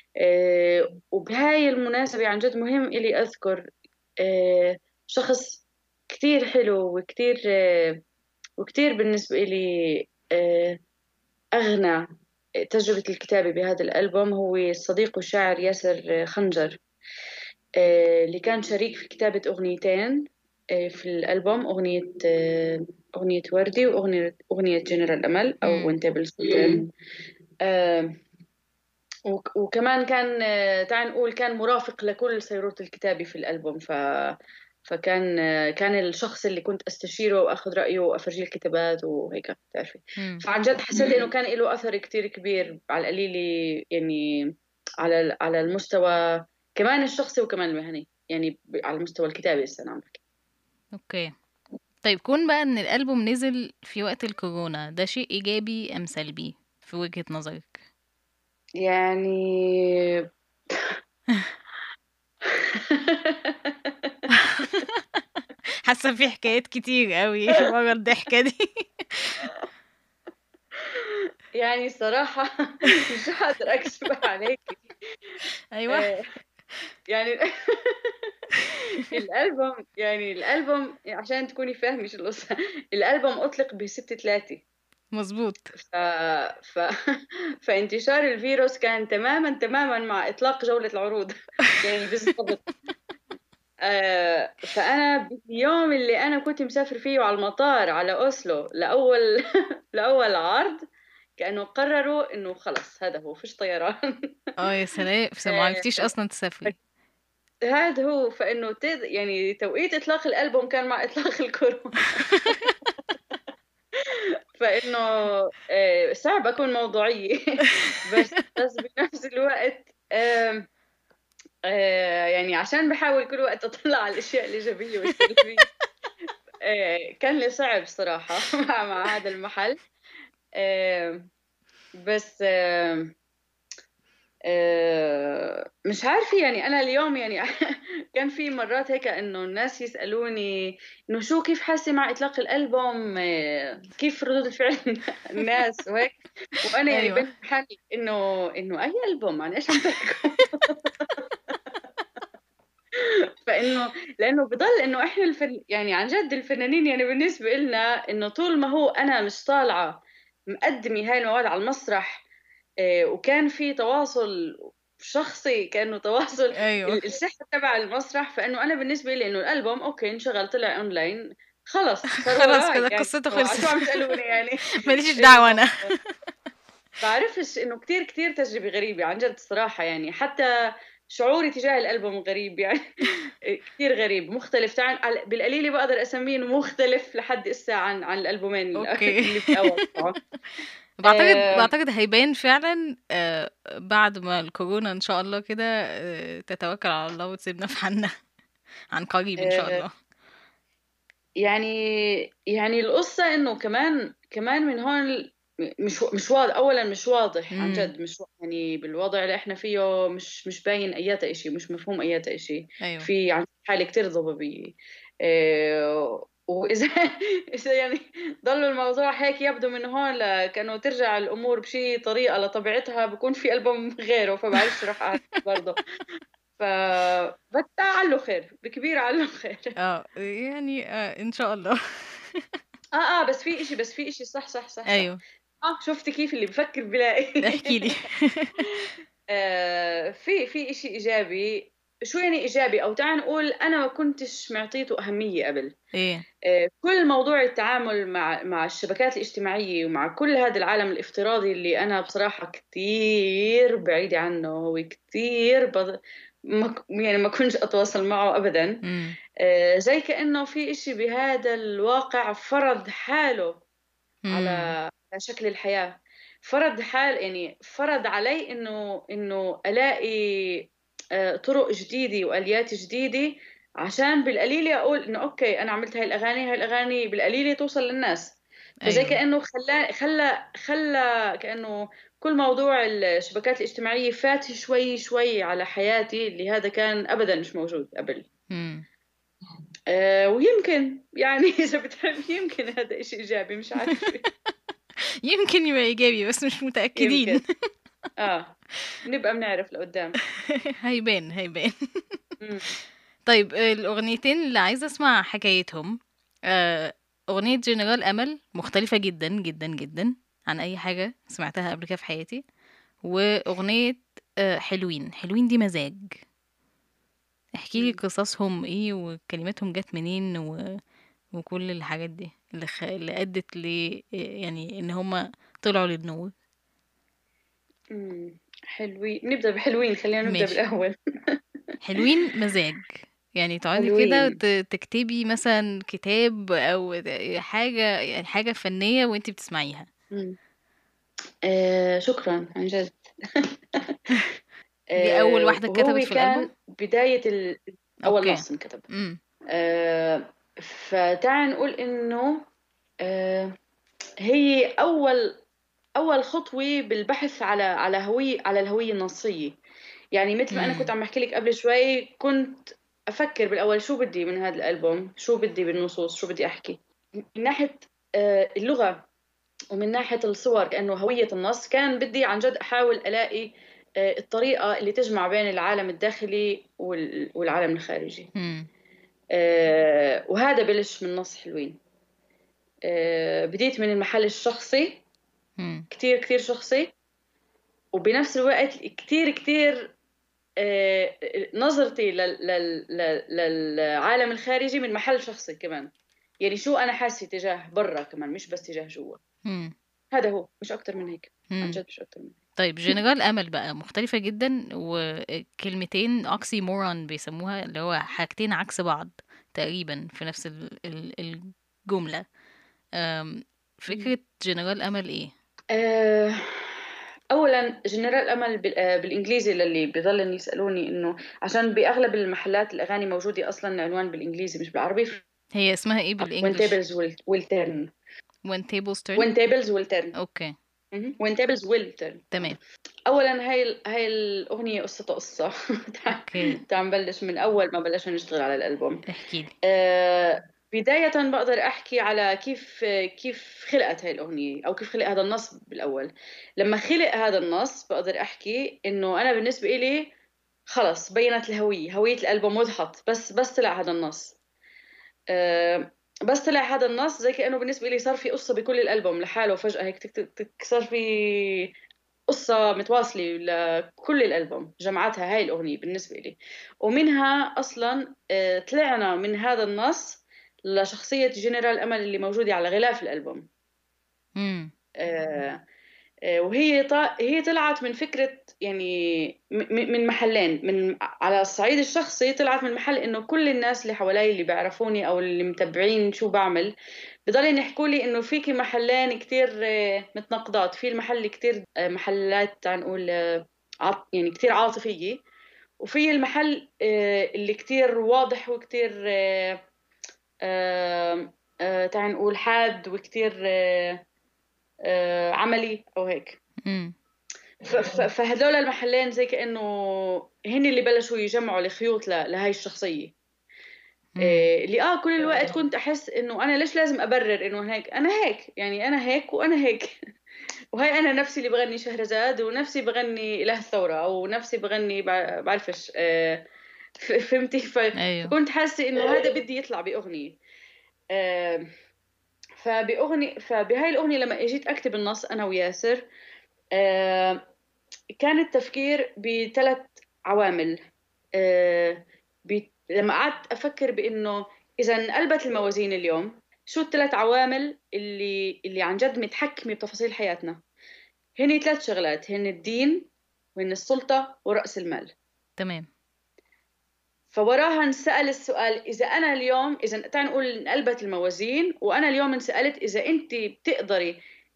وبهاي المناسبة عن جد مهم إلي أذكر شخص كتير حلو وكتير بالنسبة إلي أغنى تجربة الكتابة بهذا الألبوم، هو الصديق والشاعر ياسر خنجر، اللي كان شريك في كتابة أغنيتين في الألبوم، أغنية وردي وأغنية جنرال أمل أو وينتابل سلطان. وكمان كان تعال نقول كان مرافق لكل سيرورة الكتابة في الألبوم. فكان كان الشخص اللي كنت أستشيره وأخذ رأيه وأفرجيه الكتابات وهيك بتعرفي. فعن جد حسيت إنه كان له أثر كتير كبير على القليل، يعني على المستوى كمان الشخصي وكمان المهني، يعني على المستوى الكتابي لسه أنا عم بحكي. اوكي. طيب كون بقى ان الالبوم نزل في وقت الكورونا، ده شيء ايجابي ام سلبي في وجهة نظرك؟ يعني حاسه في حكايات كتير قوي ورا الضحكه دي. يعني صراحة مش قادرة أكذب عليك. ايوه. آه، يعني الألبوم عشان تكوني فاهمة شو القصة. الألبوم أطلق ب6/3. مظبوط. ف... ف... فانتشار الفيروس كان تماما مع إطلاق جولة العروض. يعني بالضبط. فأنا باليوم اللي أنا كنت مسافر فيه على المطار على أوسلو لأول لأول عرض، كأنه قرروا إنه خلص هذا هو فيش طيران. اه يا سلام، ما آه، عرفتيش اصلا تسافري؟ هذا هو. فإنه يعني توقيت إطلاق الألبوم كان مع إطلاق الكورونا. فإنه صعب أكون موضوعية. بس بنفس الوقت يعني عشان بحاول كل وقت أطلع على الأشياء الإيجابية والسلبية. كان لي صعب صراحة مع هذا المحل. بس مش عارفة يعني أنا اليوم يعني كان في مرات هيك إنه الناس يسألوني إنه شو كيف حاسة مع إطلاق الألبوم، كيف ردود الفعل الناس وهيك. وأنا يعني ايوه. بين حالي إنه أي ألبوم عن إيش عم تحكوا. فإنه لأنه بضل إنه إحنا يعني عن جد الفنانين يعني بالنسبة لنا إنه طول ما هو أنا مش طالعة مقدمة هاي المواد على المسرح، وكان في تواصل شخصي كأنه تواصل ايوه. السحر تبع المسرح. فإنه أنا بالنسبة لي إنه الألبوم أوكي انشغل طلع أونلاين خلص صار خلاص وراي، كده يعني قصته شو خلصت. عم تسألوني يعني. ماليش دعوه إنه انا. بعرفش إنه كتير تجربة غريبة عن جد الصراحة. يعني حتى شعوري تجاه الألبوم غريب يعني. كتير غريب مختلف بالقليلة بقدر أسميه إنه مختلف لحد إسا عن الألبومين اوكي. اللي بالأول طبعا. بعتقد هيبان فعلا بعد ما الكورونا ان شاء الله كده تتوكل على الله وتسيبنا في حالنا عن قريب ان شاء آه، الله. يعني القصة إنه كمان من هون مش واضح. أولا مش واضح عن امم. جد، مش يعني بالوضع اللي إحنا فيه مش باين أياتا إشي، مش مفهوم أياتا إشي. ايوه. في عن حالة كتير ضبابية. وإذا إذا يعني ضل الموضوع هيك يبدو من هون كأنه ترجع الأمور بشي طريقة لطبيعتها بكون في ألبوم غيره، فبعرفش راح أعرف برضه. ف بس علّه خير، بكبير علّه خير. يعني ان شاء الله. بس في إشي صح. ايوه. شُفتِ كيف اللي بفكّر بيلاقي. احكي لي. في إشي إيجابي. شو يعني إيجابي؟ أو تعالَ نقول أنا ما كنتش معطيته أهمية قبل. ايه. كل موضوع التعامل مع الشبكات الاجتماعية ومع كل هذا العالم الافتراضي اللي أنا بصراحة كتير بعيدة عنه وكتير يعني ما كنتش أتواصل معه أبدا. زي كأنه في إشي بهذا الواقع فرض حاله على شكل الحياة، فرض حال، يعني فرض علي إنه ألاقي طرق جديدة وآليات جديدة عشان بالقليلة أقول إنه أوكي أنا عملت هاي الأغاني بالقليلة توصل للناس. فزي ايوه. كأنه خلى كأنه كل موضوع الشبكات الاجتماعية فات شوي شوي على حياتي، اللي هذا كان أبدا مش موجود قبل. امم ويمكن يعني إذا بتحب يمكن هذا إشي إيجابي، مش عارفة. يمكن يبقى ايجابي بس مش يمكن متأكدين. نبقى بنعرف لقدام. هيبان. مم. طيب الأغنيتين اللي عايزة أسمع حكايتهم، أغنية جنرال أمل مختلفة جدا جدا جدا عن أي حاجة سمعتها قبل كده في حياتي، وأغنية حلوين دي مزاج. احكي لي مم. قصصهم ايه وكلماتهم جت منين وكل الحاجات دي اللي أدت ل يعني إن هما طلعوا للنور. حلوين، نبدأ بحلوين، خلينا نبدأ ماشي. بالأول. حلوين مزاج، يعني تقعدي كده حلوين. تكتبي مثلا كتاب او حاجة، يعني حاجة فنية وانتي بتسمعيها. مم. شكرا عن جد. دي اول واحدة وهو اتكتبت في الألبوم. كان بداية أول اوكي. نص انكتب. امم فتعال نقول إنه آه هي أول خطوة بالبحث على الهوية النصية. يعني مثل ما أنا كنت امم عم أحكي لك قبل شوي، كنت أفكر بالأول شو بدي من هذا الألبوم، شو بدي بالنصوص، شو بدي أحكي من ناحية اللغة ومن ناحية الصور، كأنه هوية النص. كان بدي عن جد أحاول ألاقي الطريقة اللي تجمع بين العالم الداخلي والعالم الخارجي. امم وهذا بلش من نص حلوين. بديت من المحل الشخصي، امم كتير كتير شخصي، وبنفس الوقت كتير كتير نظرتي للعالم الخارجي من محل شخصي كمان. يعني شو أنا حاسة تجاه برا كمان، مش بس تجاه جوا. امم هذا هو، مش أكتر من هيك. عن امم جد مش أكتر من هيك. طيب جنرال أمل بقى مختلفة جدا، وكلمتين أوكسي مورون بيسموها، اللي هو حاجتين عكس بعض تقريبا في نفس الجملة. فكرة جنرال أمل ايه؟ آه، اولا جنرال امل بالانجليزي، للي بيضلن يسالوني انه عشان باغلب المحلات الاغاني موجوده اصلا العنوان بالانجليزي مش بالعربي. هي اسمها ايه وين بالانجلش؟ تيبلز ويل تيرن. when tables turn. وين تيبلز ويل تيرن. اوكي. وين تيبلز ويل تيرن. تمام. اولا هاي الاغنيه قصه. اوكي. تعال نبلش من اول ما بلشنا نشتغل على الالبوم. احكي لي. بداية بقدر أحكي على كيف خلقت هاي الأغنية، أو كيف خلق هذا النص بالأول. لما خلق هذا النص بقدر أحكي إنه أنا بالنسبة إلي خلص بينت هوية الألبوم، وضحت بس طلع هذا النص. آه، بس طلع هذا النص زي كأنه بالنسبة لي صار في قصة بكل الألبوم لحاله فجأة هيك صار في قصة متواصلة لكل الألبوم، جمعتها هاي الأغنية بالنسبة لي. ومنها أصلا طلعنا من هذا النص لشخصية جنرال أمل اللي موجودة على غلاف الألبوم. امم آه، هي طلعت من فكرة، يعني من محلين. على الصعيد الشخصي طلعت من محل إنه كل الناس اللي حوالي اللي بيعرفوني أو اللي متابعين شو بعمل بضلين يحكوا لي إنه فيكي محلين كتير متناقضات. في المحل كتير محلات تعال نقول يعني كتير عاطفية، وفي المحل اللي كتير واضح وكتير تعال نقول حاد وكتير عملي أو هيك. امم فهذول المحلين زي كأنه هن اللي بلشوا يجمعوا الخيوط لهاي الشخصية. امم اللي كل الوقت كنت أحس إنه أنا ليش لازم أبرر إنه هيك، أنا هيك، يعني أنا هيك وأنا هيك. وهي أنا نفسي اللي بغني شهرزاد، ونفسي بغني إله الثورة، أو نفسي بغني بعرفش فهمتي. ايوه. فكنت حاسة إنه هذا بدي يطلع بأغنية. آه، فبهاي الأغنية لما اجيت أكتب النص أنا وياسر، آه، كان التفكير بثلاث عوامل. لما قعدت أفكر بإنه إذا انقلبت الموازين اليوم، شو الثلاث عوامل اللي عن جد متحكمة بتفاصيل حياتنا؟ هن ثلاث شغلات، هن الدين وهن السلطة ورأس المال. تمام. فوراها انسأل السؤال، إذا أنا اليوم، إذا تعال نقول انقلبت الموازين، وأنا اليوم انسألت إذا أنت بتقدري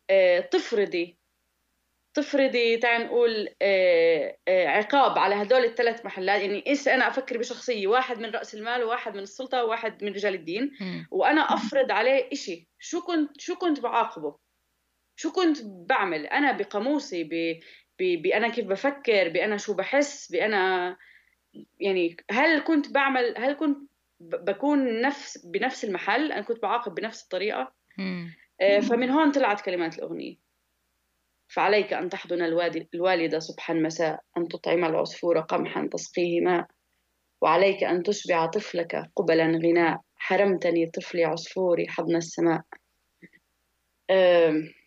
تفرضي تعال نقول عقاب على هدول الثلاث محلات. يعني إيش، أنا أفكر بشخصية، واحد من رأس المال وواحد من السلطة وواحد من رجال الدين، وأنا أفرض عليه إشي، شو كنت بعاقبه؟ شو كنت بعمل أنا بقاموسي، بأنا كيف بفكر، بأنا شو بحس، بأنا يعني هل كنت بكون بنفس المحل، أنا كنت بعاقب بنفس الطريقة. فمن هون طلعت كلمات الأغنية. فعليك أن تحضن الوالدة صبح مساء، أن تطعم العصفور قمحا تسقيه ماء، وعليك أن تشبع طفلك قبلا غناء، حرمتني طفلي عصفوري حضن السماء. أم،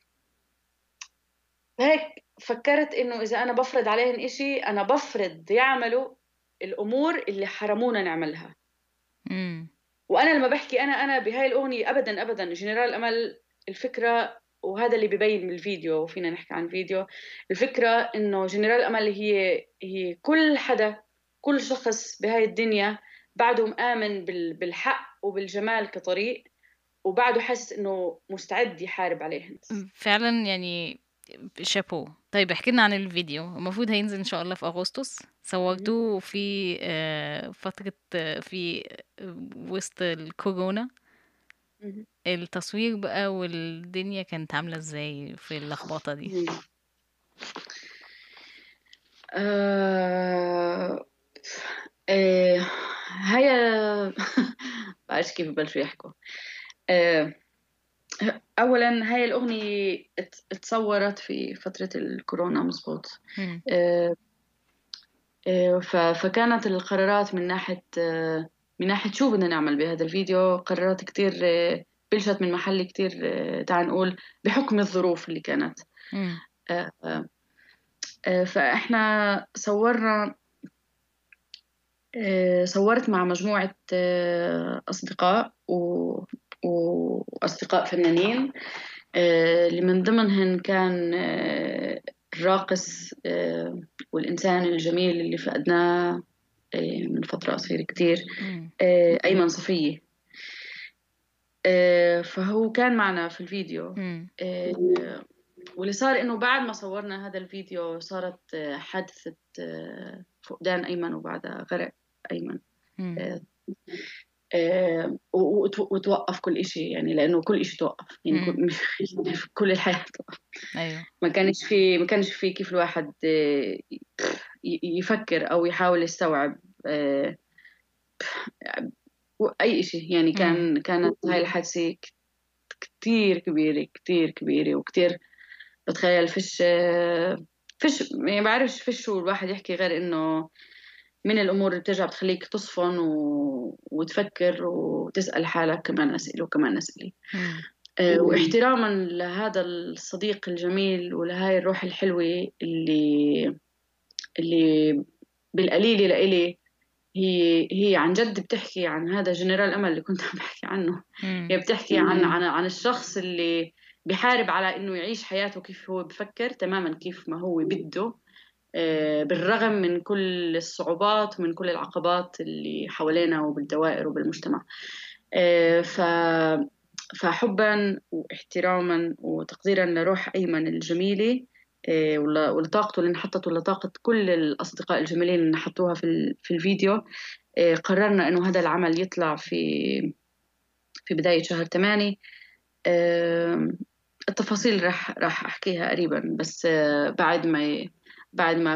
هيك فكرت إنه إذا أنا بفرض عليهم إشي، أنا بفرض يعملوا الأمور اللي حرمونا نعملها. وأنا لما بحكي أنا بهاي الأغنية أبدا أبدا جنرال أمل، الفكرة، وهذا اللي ببين من الفيديو، وفينا نحكي عن فيديو، الفكرة إنه جنرال أمل هي كل حدا، كل شخص بهاي الدنيا بعده مآمن بالحق وبالجمال كطريق، وبعده حاسس إنه مستعد يحارب عليهن. فعلا يعني شابو. طيب احكي لنا عن الفيديو. المفروض هينزل ان شاء الله في اغسطس. صورتوه في فترة في وسط الكورونا. التصوير بقى والدنيا كانت عاملة ازاي في اللخبطة دي؟ هيا بعرفش كيف ببلشوا يحكوا. أولا هاي الأغنية اتصورت في فترة الكورونا، مزبوط. فكانت القرارات من ناحية شو بدنا نعمل بهذا الفيديو، قرارات كتير بلشت من محل كتير تعال نقول بحكم الظروف اللي كانت. فإحنا صورت مع مجموعة أصدقاء وأصدقاء فنانين، اللي من ضمنهن كان الراقص والإنسان الجميل اللي فقدناه من فترة قصيرة كتير، أيمن صفية. فهو كان معنا في الفيديو. واللي صار إنه بعد ما صورنا هذا الفيديو صارت حادثة فقدان أيمن، وبعدها غرق أيمن. وتوقف كل إشي، يعني لأنه كل إشي توقف، يعني كل الحياة توقف. أيوه. ما كانش في كيف الواحد يفكر أو يحاول يستوعب أي إشي. يعني كانت هاي الحادثة كتير كبيرة، كتير كبيرة، وكتير بتخيل فيش يعني بعرفش فيش شو الواحد يحكي غير إنه من الأمور اللي بترجع بتخليك تصفن وتفكر وتسأل حالك كمان أسئلة وكمان أسئلة. واحتراما لهذا الصديق الجميل ولهاي الروح الحلوة اللي بالقليلة لإلي هي عن جد بتحكي عن هذا جنرال أمل اللي كنت عم بحكي عنه. هي بتحكي عن الشخص اللي بيحارب على إنه يعيش حياته كيف هو بفكر تماما، كيف ما هو بده، بالرغم من كل الصعوبات ومن كل العقبات اللي حوالينا وبالدوائر وبالمجتمع. فحبا واحتراما وتقديرا لروح أيمن الجميلة، ولطاقته اللي انحطت، ولطاقة كل الأصدقاء الجميلين اللي حطوها في الفيديو، قررنا إنه هذا العمل يطلع في بداية شهر 8. التفاصيل راح أحكيها قريبا، بس بعد ما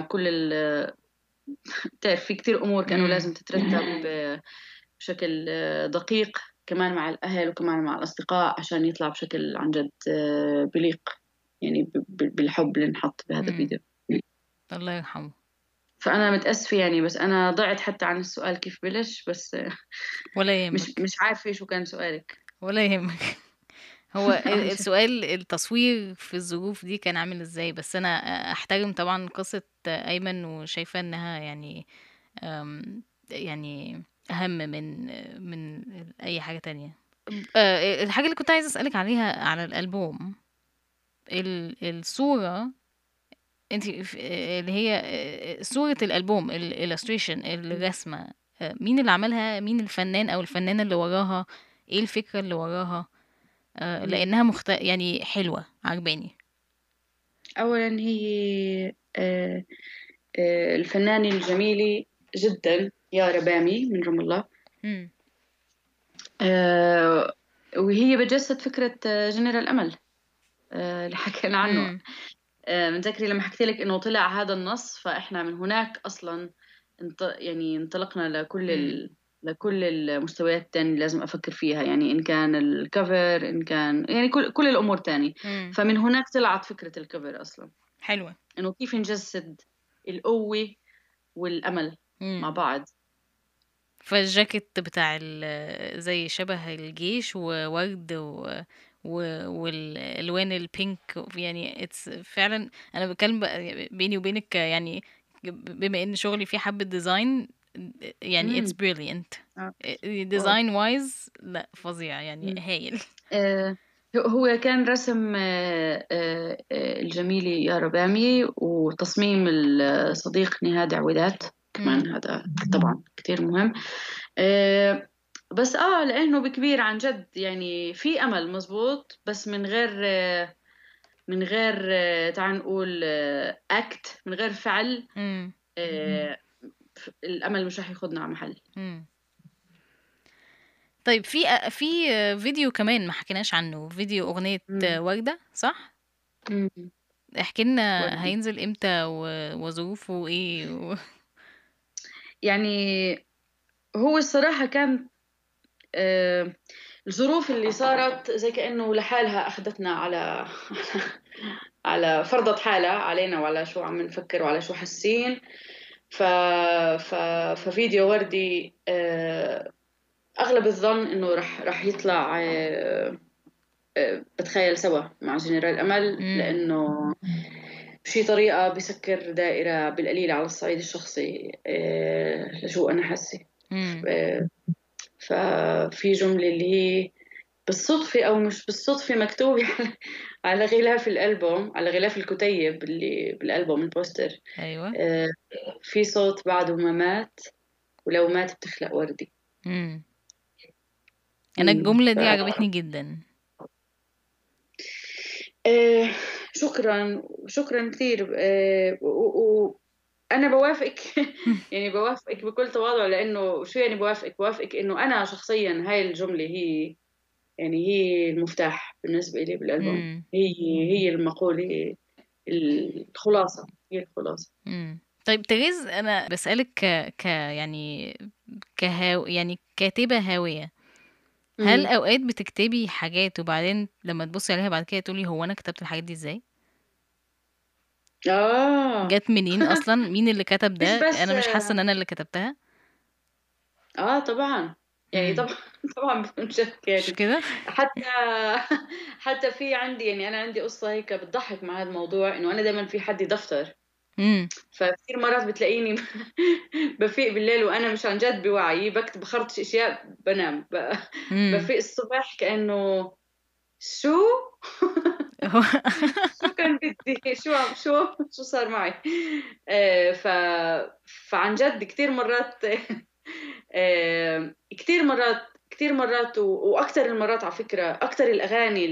تعرف في كتير أمور كانوا لازم تترتب بشكل دقيق، كمان مع الأهل وكمان مع الأصدقاء، عشان يطلع بشكل عن جد بليق يعني بالحب اللي نحط بهذا الفيديو. الله يرحمه. فأنا متأسفة يعني، بس أنا ضعت حتى عن السؤال كيف بلش، بس ولا يهمك. مش عارفة شو كان سؤالك. ولا يهمك. هو السؤال التصوير في الظروف دي كان عامل ازاي؟ بس انا احترم طبعا قصة ايمن، وشايفة انها يعني اهم من اي حاجة تانية. الحاجة اللي كنت عايزة اسألك عليها على الالبوم، الصورة انت اللي هي صورة الالبوم، الالستريشن، الرسمة، مين اللي عملها، مين الفنان أو الفنانة اللي وراها، إيه الفكرة اللي وراها، لأنها يعني حلوة عجباني. أولا هي الفنانة الجميلة جدا يارا بامي من رام الله. مم. وهي بتجسد فكرة جنرال أمل اللي حكينا عنه. مم. متذكري لما حكيت لك إنه طلع هذا النص، فإحنا من هناك أصلا يعني انطلقنا مم. لكل المستويات التانية اللي لازم أفكر فيها، يعني إن كان الكفر، إن كان يعني كل الأمور تاني. مم. فمن هناك طلعت فكرة الكفر أصلا، حلوة. إنه كيف نجسد القوة والأمل مم. مع بعض. فالجاكيت بتاع زي شبه الجيش وورد والالوان البينك، يعني فعلا انا بتكلم بيني وبينك يعني، بما ان شغلي فيه حبة ديزاين، يعني it's امم brilliant. آه. واو. ديزاين وايز لا فظيع يعني، مم. هايل. آه، هو كان رسم الجميلة يارا بامي، وتصميم الصديق نهاد عويدات مم. كمان، هذا طبعا كتير مهم. بس لأنه بكبير عن جد يعني في أمل مزبوط، بس من غير تعال نقول أكت، من غير فعل. مم. آه، الأمل مش راح ياخدنا على محل. مم. طيب في فيديو كمان ما حكيناش عنه، فيديو أغنية مم. وردة، صح؟ مم. احكي لنا وردي هينزل امتى وظروفه ايه يعني، هو الصراحة كان آه، الظروف اللي صارت زي كأنه لحالها أخذتنا على على فرضت حالها علينا، وعلى شو عم نفكر وعلى شو حاسين. ف... ف... ففيديو وردي أغلب الظن إنه رح يطلع بتخيل سوا مع جنرال أمل، امم. لأنه بشي طريقة بسكر دائرة بالقليل على الصعيد الشخصي لشو أنا حاسة. امم. آه، ففي جملة اللي هي بالصدفة أو مش بالصدفة مكتوبة على غلاف الألبوم، على غلاف الكتيب اللي بالألبوم البوستر. ايوه. آه، في صوت بعده ما مات، ولو مات بتخلق وردي. امم. انا الجملة ف... دي عجبتني جدا. آه، شكرا شكرا كثير. وأنا بوافقك يعني بوافقك بكل تواضع، لأنه شو يعني بوافقك إنه أنا شخصيا هاي الجملة هي، يعني هي المفتاح بالنسبة لي بالألبوم. امم. هي المقولة، الخلاصة، هي الخلاصة. طيب تريز، انا بسألك يعني يعني كاتبة هاوية، هل امم اوقات بتكتبي حاجات وبعدين لما تبصي عليها بعد كده تقولي هو انا كتبت الحاجات دي ازاي؟ آه جت منين اصلا؟ مين اللي كتب مش ده؟ بس انا مش حاسة ان انا اللي كتبتها. طبعا، يعني امم. طبعا طبعا بدون شك مش يعني. كده؟ حتى حتى في عندي، يعني أنا عندي قصة هيك بتضحك مع هذا الموضوع، إنه أنا دائما في حدي دفتر. امم. فكثير مرات بتلاقيني بفيق بالليل وأنا مش عن جد بوعي، بكتب بخرطش أشياء، بنام امم. بفيق الصبح كأنه شو شو كان بدي شو صار معي. آه، ف فعن جد كثير مرات كثير مرات واكثر المرات على فكره، اكثر الاغاني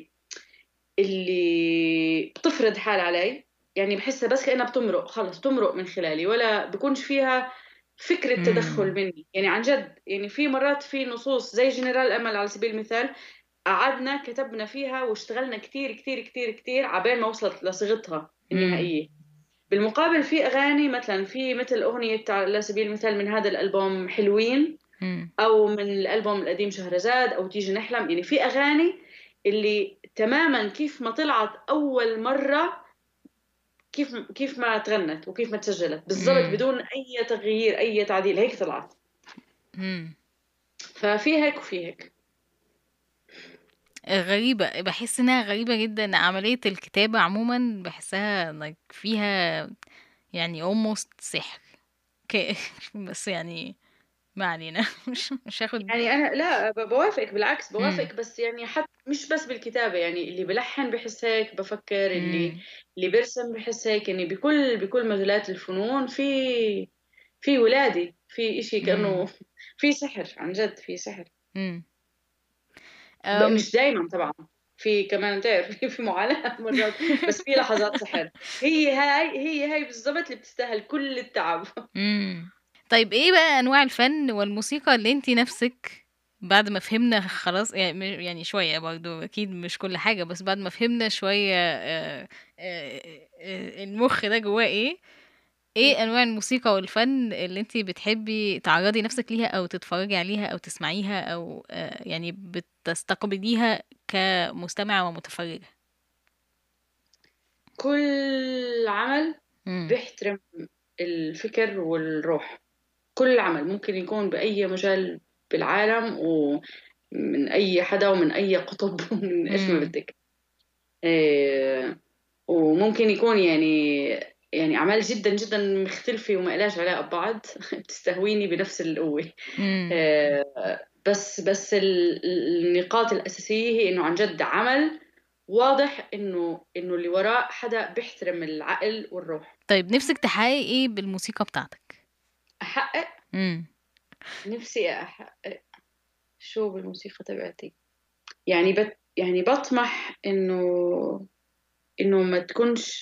اللي بتفرض حال علي، يعني بحسها بس كأنها بتمرق، خلص بتمرق من خلالي، ولا بكونش فيها فكرة تدخل امم. مني. يعني عن جد، يعني في مرات في نصوص زي جنرال أمل على سبيل المثال، قعدنا كتبنا فيها واشتغلنا كتير كتير كتير كتير عبين ما وصلت لصيغتها امم. النهائية. بالمقابل في أغاني مثلا، في مثل أغنية على سبيل المثال من هذا الألبوم حلوين، امم. أو من الألبوم القديم شهرزاد، أو تيجي نحلم، يعني في أغاني اللي تماما كيف ما طلعت أول مرة، كيف ما تغنت وكيف ما تسجلت بالضبط، امم. بدون أي تغيير أي تعديل، هيك طلعت. امم. ففي هيك وفي هيك. غريبة، بحس انها غريبة جدا عملية الكتابة عموما، بحسها like فيها يعني almost سحر. ك... بس يعني ما علينا. مش هاخد. يعني انا لا بوافقك، بالعكس امم. بوافقك، بس يعني حتى مش بس بالكتابه، يعني اللي بلحن بحس هيك، بفكر امم. اللي بيرسم بحس هيك، يعني بكل مجالات الفنون في ولادي. في إشي إمم. كأنه في سحر، عن جد في سحر. إمم. آمم مش دايمًا طبعًا، في كمان بتعرفي في معاناة مرات، بس في لحظات سحر. هي هاي بالضبط اللي بتستاهل كل التعب. إمم. طيب إيه بقى أنواع الفن والموسيقى اللي أنتِ نَفْسِك بعد ما فهمنا خلاص يعني شوية برضه أكيد مش كل حاجة، بس بعد ما فهمنا شوية المُخ ده جواه إيه إمم. أنواع الموسيقى والفن اللي أنتِ بتحبي تعرّضي نَفْسِك ليها أو تتفرّجي عليها أو تسمعيها أو يعني بتستقبليها كمستمعة ومتفرّجة؟ كل عمل إمم. بيحترم الفكر والروح. كل عمل ممكن يكون بأي مجال بالعالم ومن أي حدا ومن أي قطب ومن إيش ما إمم. بدِّك. وممكن يكون يعني أعمال جدًا، جدًا مختلفة وما إلهاش علاقة ببعض بتستهويني بنفس القوة. إمم. بس النقاط الأساسية هي إنه عن جد عمل واضح إنه اللي وراه حدا بيحترم العقل والروح. طيب نِفْسِك تحققي إيه بالموسيقى بتاعتك؟ أحقق إمم. نفسي أحقق شو بالموسيقى تبعتي؟ يعني باطمح إنه ما تكونش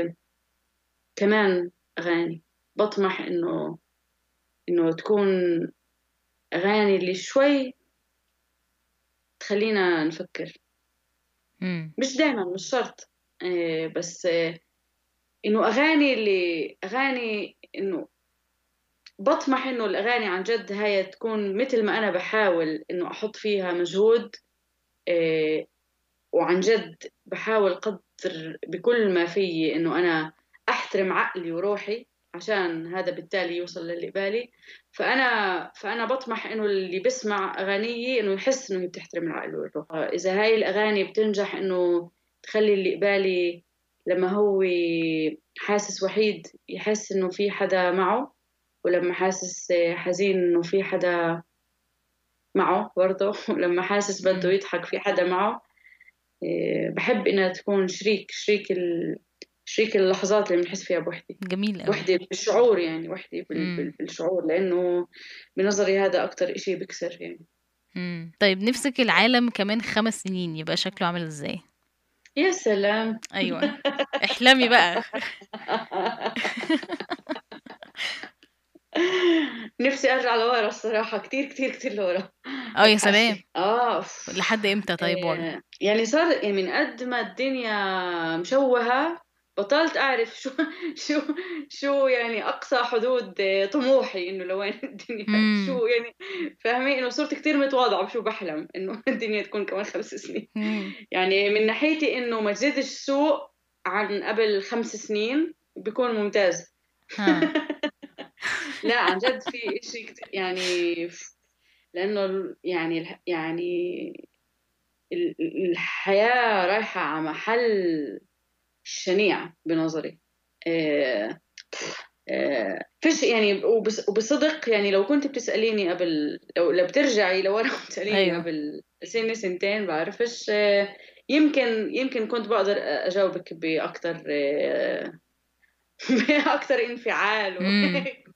كمان أغاني. باطمح إنه تكون أغاني اللي شوي تخلّينا نفكّر. إمم. مش دايمًا مش شرط. بس إنه أغاني إنه باطمح إنه الأغاني عن جد هاي تكون متل ما أنا باحاول إنه أحُط فيها مجهود. آآ وعن جد باحاول قدر بكل ما فيي إنه أنا أحترم عقلي وروحي عشان هذا بالتالي يوصل للي قبالي. فأنا باطمح إنه اللي بيسمع أغانيي إنه يحس إنه هي بتحترم العقل والروح. إذا هاي الأغاني بتنجح إنه تخلّي اللي قبالي لمّا هو حاسس وحيد يحس إنه في حدا معه، ولمّا حاسس حزين إنه في حدا معه برضه، ولمّا حاسس بده إمم. يضحك في حدا معه. باحب إنها تكون شريك اللحظات اللي بنحس فيها بوحدة. جميل أوي. وحدة بالشعور يعني وحدة إمم. بالشعور، لإنه بنظري هذا أكتر إشي بيكسر يعني. إمم. طيب نِفْسِك العالم كمان 5 سنين يبقى شكله عامل إزاي؟ يا سلام! أيوه. احلمي بقى. نفسي أرجع لورا الصراحة كتير، كتير، كتير لورا. يا هيك سلام! حاسة. لحد إمتى طيب ورا؟ يعني صار يعني من قد ما الدنيا مشوّهة بطلت أعرف شو شو يعني أقصى حدود طموحي إنه لوين الدنيا إمم. شو يعني. فاهمة؟ إنه صرت كتير متواضعة بشو باحلم إنه الدنيا تكون كمان 5 سنين. إمم. يعني من ناحيتي إنه ما تزيدش سوء عن قبل 5 سنين بيكون ممتاز. ها. لأ عن جد في إشي يعني لإنه يعني الحياة رايحة على محل شنيع بنظري. آآ فيش يعني وبصدق يعني لو كنتِ بتسأليني قبل لو بترجعي لورا وتسأليني أيوه. قبل سنة، سنتين بعرفش. يمكن كنت باقدر أجاوبِك بأكتر بأكتر انفعال إمم. وهيك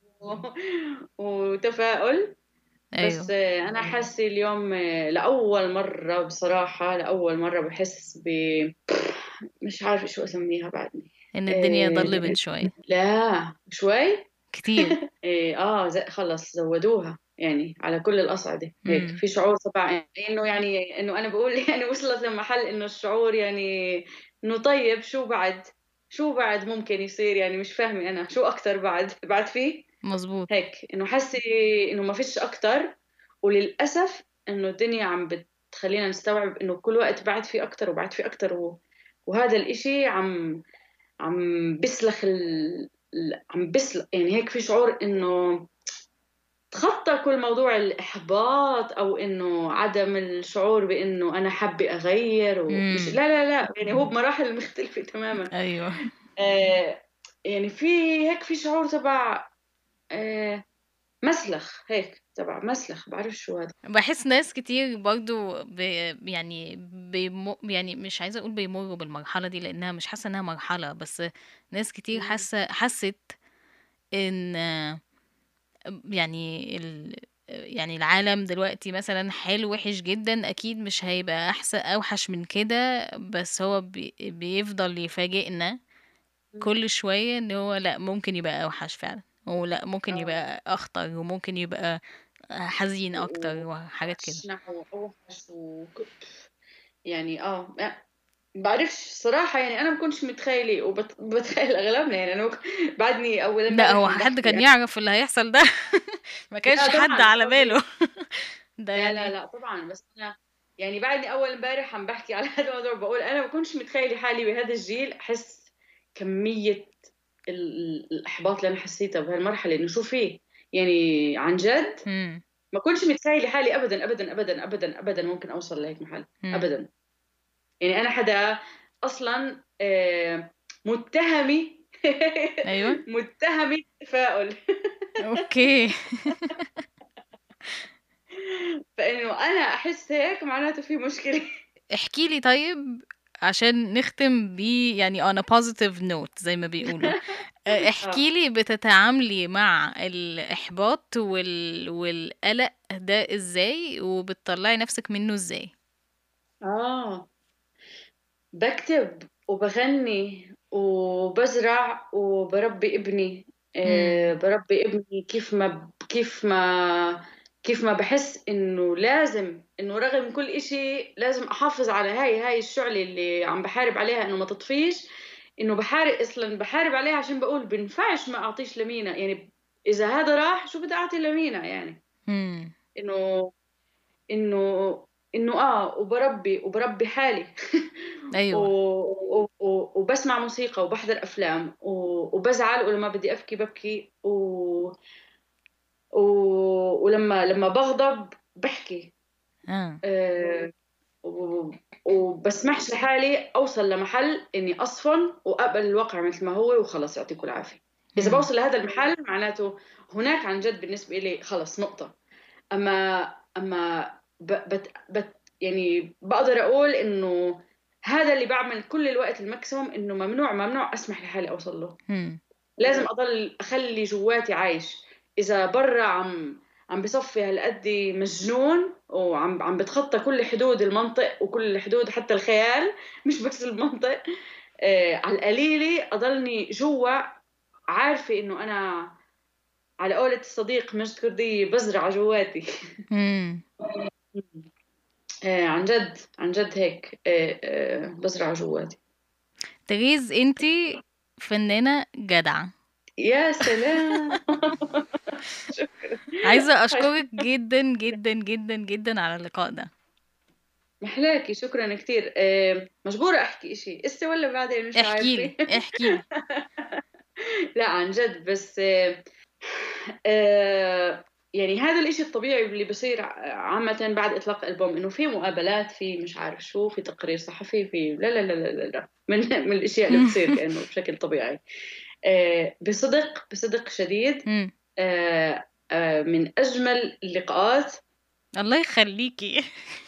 وتفاؤل. بس أيوه. أنا حاسة اليوم لأول مرّة بصراحة، لأول مرّة باحس مش عارفة شو أسميها بعدني. إن الدنيا ضلِّمت شوية. لا شوي. كتير. خلص زوّدوها يعني على كل الأصعدة هيك. إمم. في شعور طبعًا إنه أنا باقول يعني وصلت لمحل إنه الشعور يعني إنه طيب شو بعد ممكن يصير يعني مش فاهمة أنا شو أكتر بعد في؟ مضبوط. هيك إنه حاسة إنه ما فيش أكتر. وللأسف إنه الدنيا عم بتخلّينا نستوعب إنه كل وقت بعد في أكتر وبعد في أكتر وهذا الإشي عم بيسلخ عم بيسلخ يعني هيك في شعور إنه تخطى كل موضوع الإحباط أو إنه عدم الشعور بإنه أنا حابة أغيّر ومش إمم. لا، لا، لأ، يعني هو بمراحل مختلفة تمامًا. أيوه. آآ يعني هيك في شعور تبع آآ مسلخ هيك، تبع مسلخ بعرفش شو هذا. باحس ناس كتير برضه يعني يعني مش عايزة أقول بيمرّوا بالمرحلة دي، لإنها مش حاسة إنها مرحلة، بس ناس كتير إمم. حست إن يعني يعني العالم دلوقتي مثلا حلو وحش جدا، اكيد مش هيبقى احسن اوحش من كده، بس هو بيفضل يفاجئنا كل شوية ان هو لا ممكن يبقى اوحش فعلا، ولا ممكن اه يبقى اخطر، وممكن يبقى حزين اكتر وحاجات كده. وأشنع وأوحش يعني بعرفش صراحة، يعني أنا ما كنتش متخيلة وبتخيل أغلبنا، يعني أنا بعدني أول لا امبارح هو عم حد بحكي كان يعني. يعرف اللي هيحصل ده؟ ما لا كانش حد طبعا على باله. ده لا لا يعني. لا طبعا، بس أنا يعني بعدني أول امبارح عم بحكي على هذا الموضوع، بقول أنا ما كنتش متخيلة حالي بهذا الجيل أحس كمية الإحباط اللي أنا حسيتها بهالمرحلة، إنه شو فيه يعني عن جد. امم. ما كنتش متخيلة حالي أبدا أبدا أبدا أبدا أبدا ممكن أوصل لهيك محل امم. أبدا. يعني أنا حدا أصلا متهمة ايوه. متهمة تفاؤل. اوكي. فإنه أنا أحس هيك معناته في مشكلة. احكي لي طيب، عشان نختم بيه يعني on a positive note زي ما بيقولوا. آه احكي لي بتتعاملي مع الإحباط والقلق ده ازاي، وبتطلعي نفسك منه ازاي؟ آه بكتب وبغني وبزرع وبربي ابني. امم. بربي ابني كيف ما بحس انه لازم، انه رغم كل اشي لازم احافظ على هاي الشعلة اللي عم بحارب عليها انه ما تطفيش. انه بحارب عليها عشان بقول بنفعش ما اعطيش لمينا، يعني اذا هذا راح شو بدي اعطي لمينا يعني. امم. انه انه وبربي حالي. ايوه. وبسمع موسيقى وبحضر افلام وبزعل، ولما بدي ابكي ببكي و... ولما بغضب بحكي. اه. أه... و... وبسمحش لحالي اوصل لمحل اني اصفن واقبل الواقع مثل ما هو وخلص يعطيكم العافيه. اذا امم. بوصل لهذا المحل معناته هناك عن جد بالنسبه لي خلص نقطه. اما يعني بقدر اقول انه هذا اللي بعمل كل الوقت الماكسيموم، انه ممنوع اسمح لحالي اوصل له. امم. لازم اضل اخلي جواتي عايش. اذا برا عم بصفي هالقد مجنون وعم بتخطى كل حدود المنطق وكل حدود حتى الخيال، مش بس المنطق. على القليلة اضلني جوا عارفة انه انا على قولة الصديق مجد كردي بزرع جواتي. امم. عن جد عن جد هيك بزرع جواتي. تريز انتي فنانة جدعة. يا سلام. عايزة اشكرك جدا جدا جدا جدا على اللقاء ده. محلاكي شكرا كثير. مجبورة أحكي إشي إسا ولا بعدين مش عارفة. احكي لي. لا عن جد، بس يعني هذا الإشي الطبيعي اللي بصير عامة بعد إطلاق ألبوم، إنه في مقابلات، في مش عارف شو، في تقرير صحفي، في لا لا لا لا لا لا. من الأشياء اللي بتصير كأنه بشكل طبيعي. بصدق شديد. مم. من أجمل اللقاءات. الله يخليكي.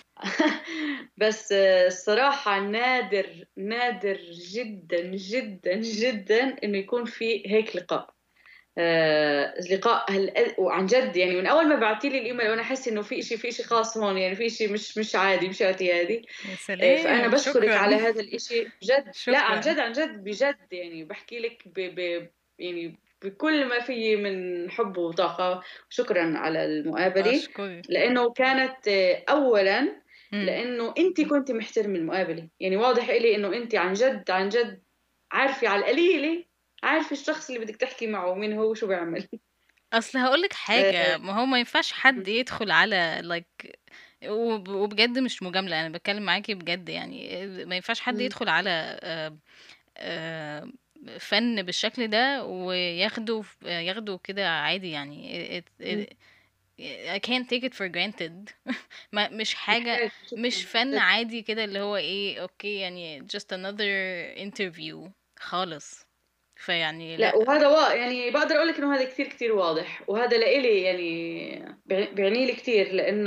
بس الصراحة نادر نادر جدا جدا جدا إنه يكون في هيك لقاء. لقاء وعن جد يعني من أول ما بعتي لي الإيميل وأنا أحس إنه في إشي خاص هون، يعني في إشي مش عادي مش اعتيادي. يا فأنا سلام، بشكرك على شكرا. هذا الإشي بجد. لا عن شكرا. جد عن جد بجد، يعني بحكي لك يعني بكل ما فيي من حب وطاقة. شكرا على المقابلة. اشكرك. لأنه كانت أولا مم. لأنه أنت كنت محترمة المقابلة، يعني واضح إلي إنه أنت عن جد عن جد عارفة على القليلة، عارفة الشخص اللي بدك تحكي معه مين هو وشو بيعمل. اصل هقولك آه، حاجة، ما هو ما ينفعش حد يدخل على like وبجد مش مجاملة، انا بتكلم معاكي بجد يعني. ما ينفعش حد يدخل على آه، فن بالشكل ده ياخده كده عادي يعني. I can't take it for granted. ما مش حاجة، محتاج مش شكرا عن فن جد. عادي كده اللي هو ايه اوكي يعني just another interview خالص. فيعني لا لا. وهذا يعني بقدر اقول لك انه هذا كثير كثير واضح، وهذا لإلي يعني بيعني لي كثير، لانه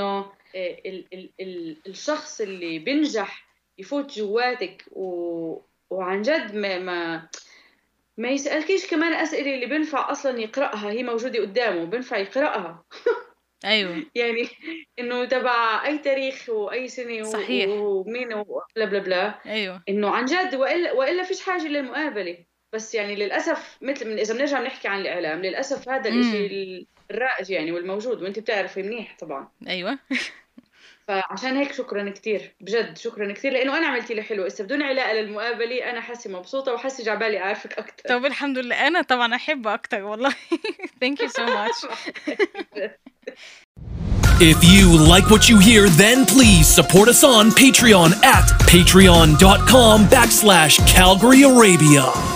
الشخص اللي بينجح يفوت جواتك وعن جد ما ما يسألكيش كمان أسئلة اللي بنفع أصلا يقرأها، هي موجودة قدامه بنفع يقرأها. أيوة يعني إنه تبع أي تاريخ وأي سنة صحيح. ومين وبلا بلا بلا، أيوة إنه عن جد، وإلا فيش حاجة للمقابلة. بس يعني للأسف مثل من إذا بنرجع بنحكي عن الإعلام، للأسف هذا الإشي الرائج يعني والموجود، وأنت بتعرفي منيح طبعا. أيوة فعشان هيك شكرا كثير، بجد شكرا كثير، لأنه أنا عملتي لي حلو. إذا بدون علاقة للمقابلة أنا حاسة مبسوطة وحاسة جعبالي أعرفك أكثر. طب الحمد لله، أنا طبعا أحب أكتر والله. Thank you so much. If you like what you hear, then please support us on Patreon at patreon.com/Calgary Arabia.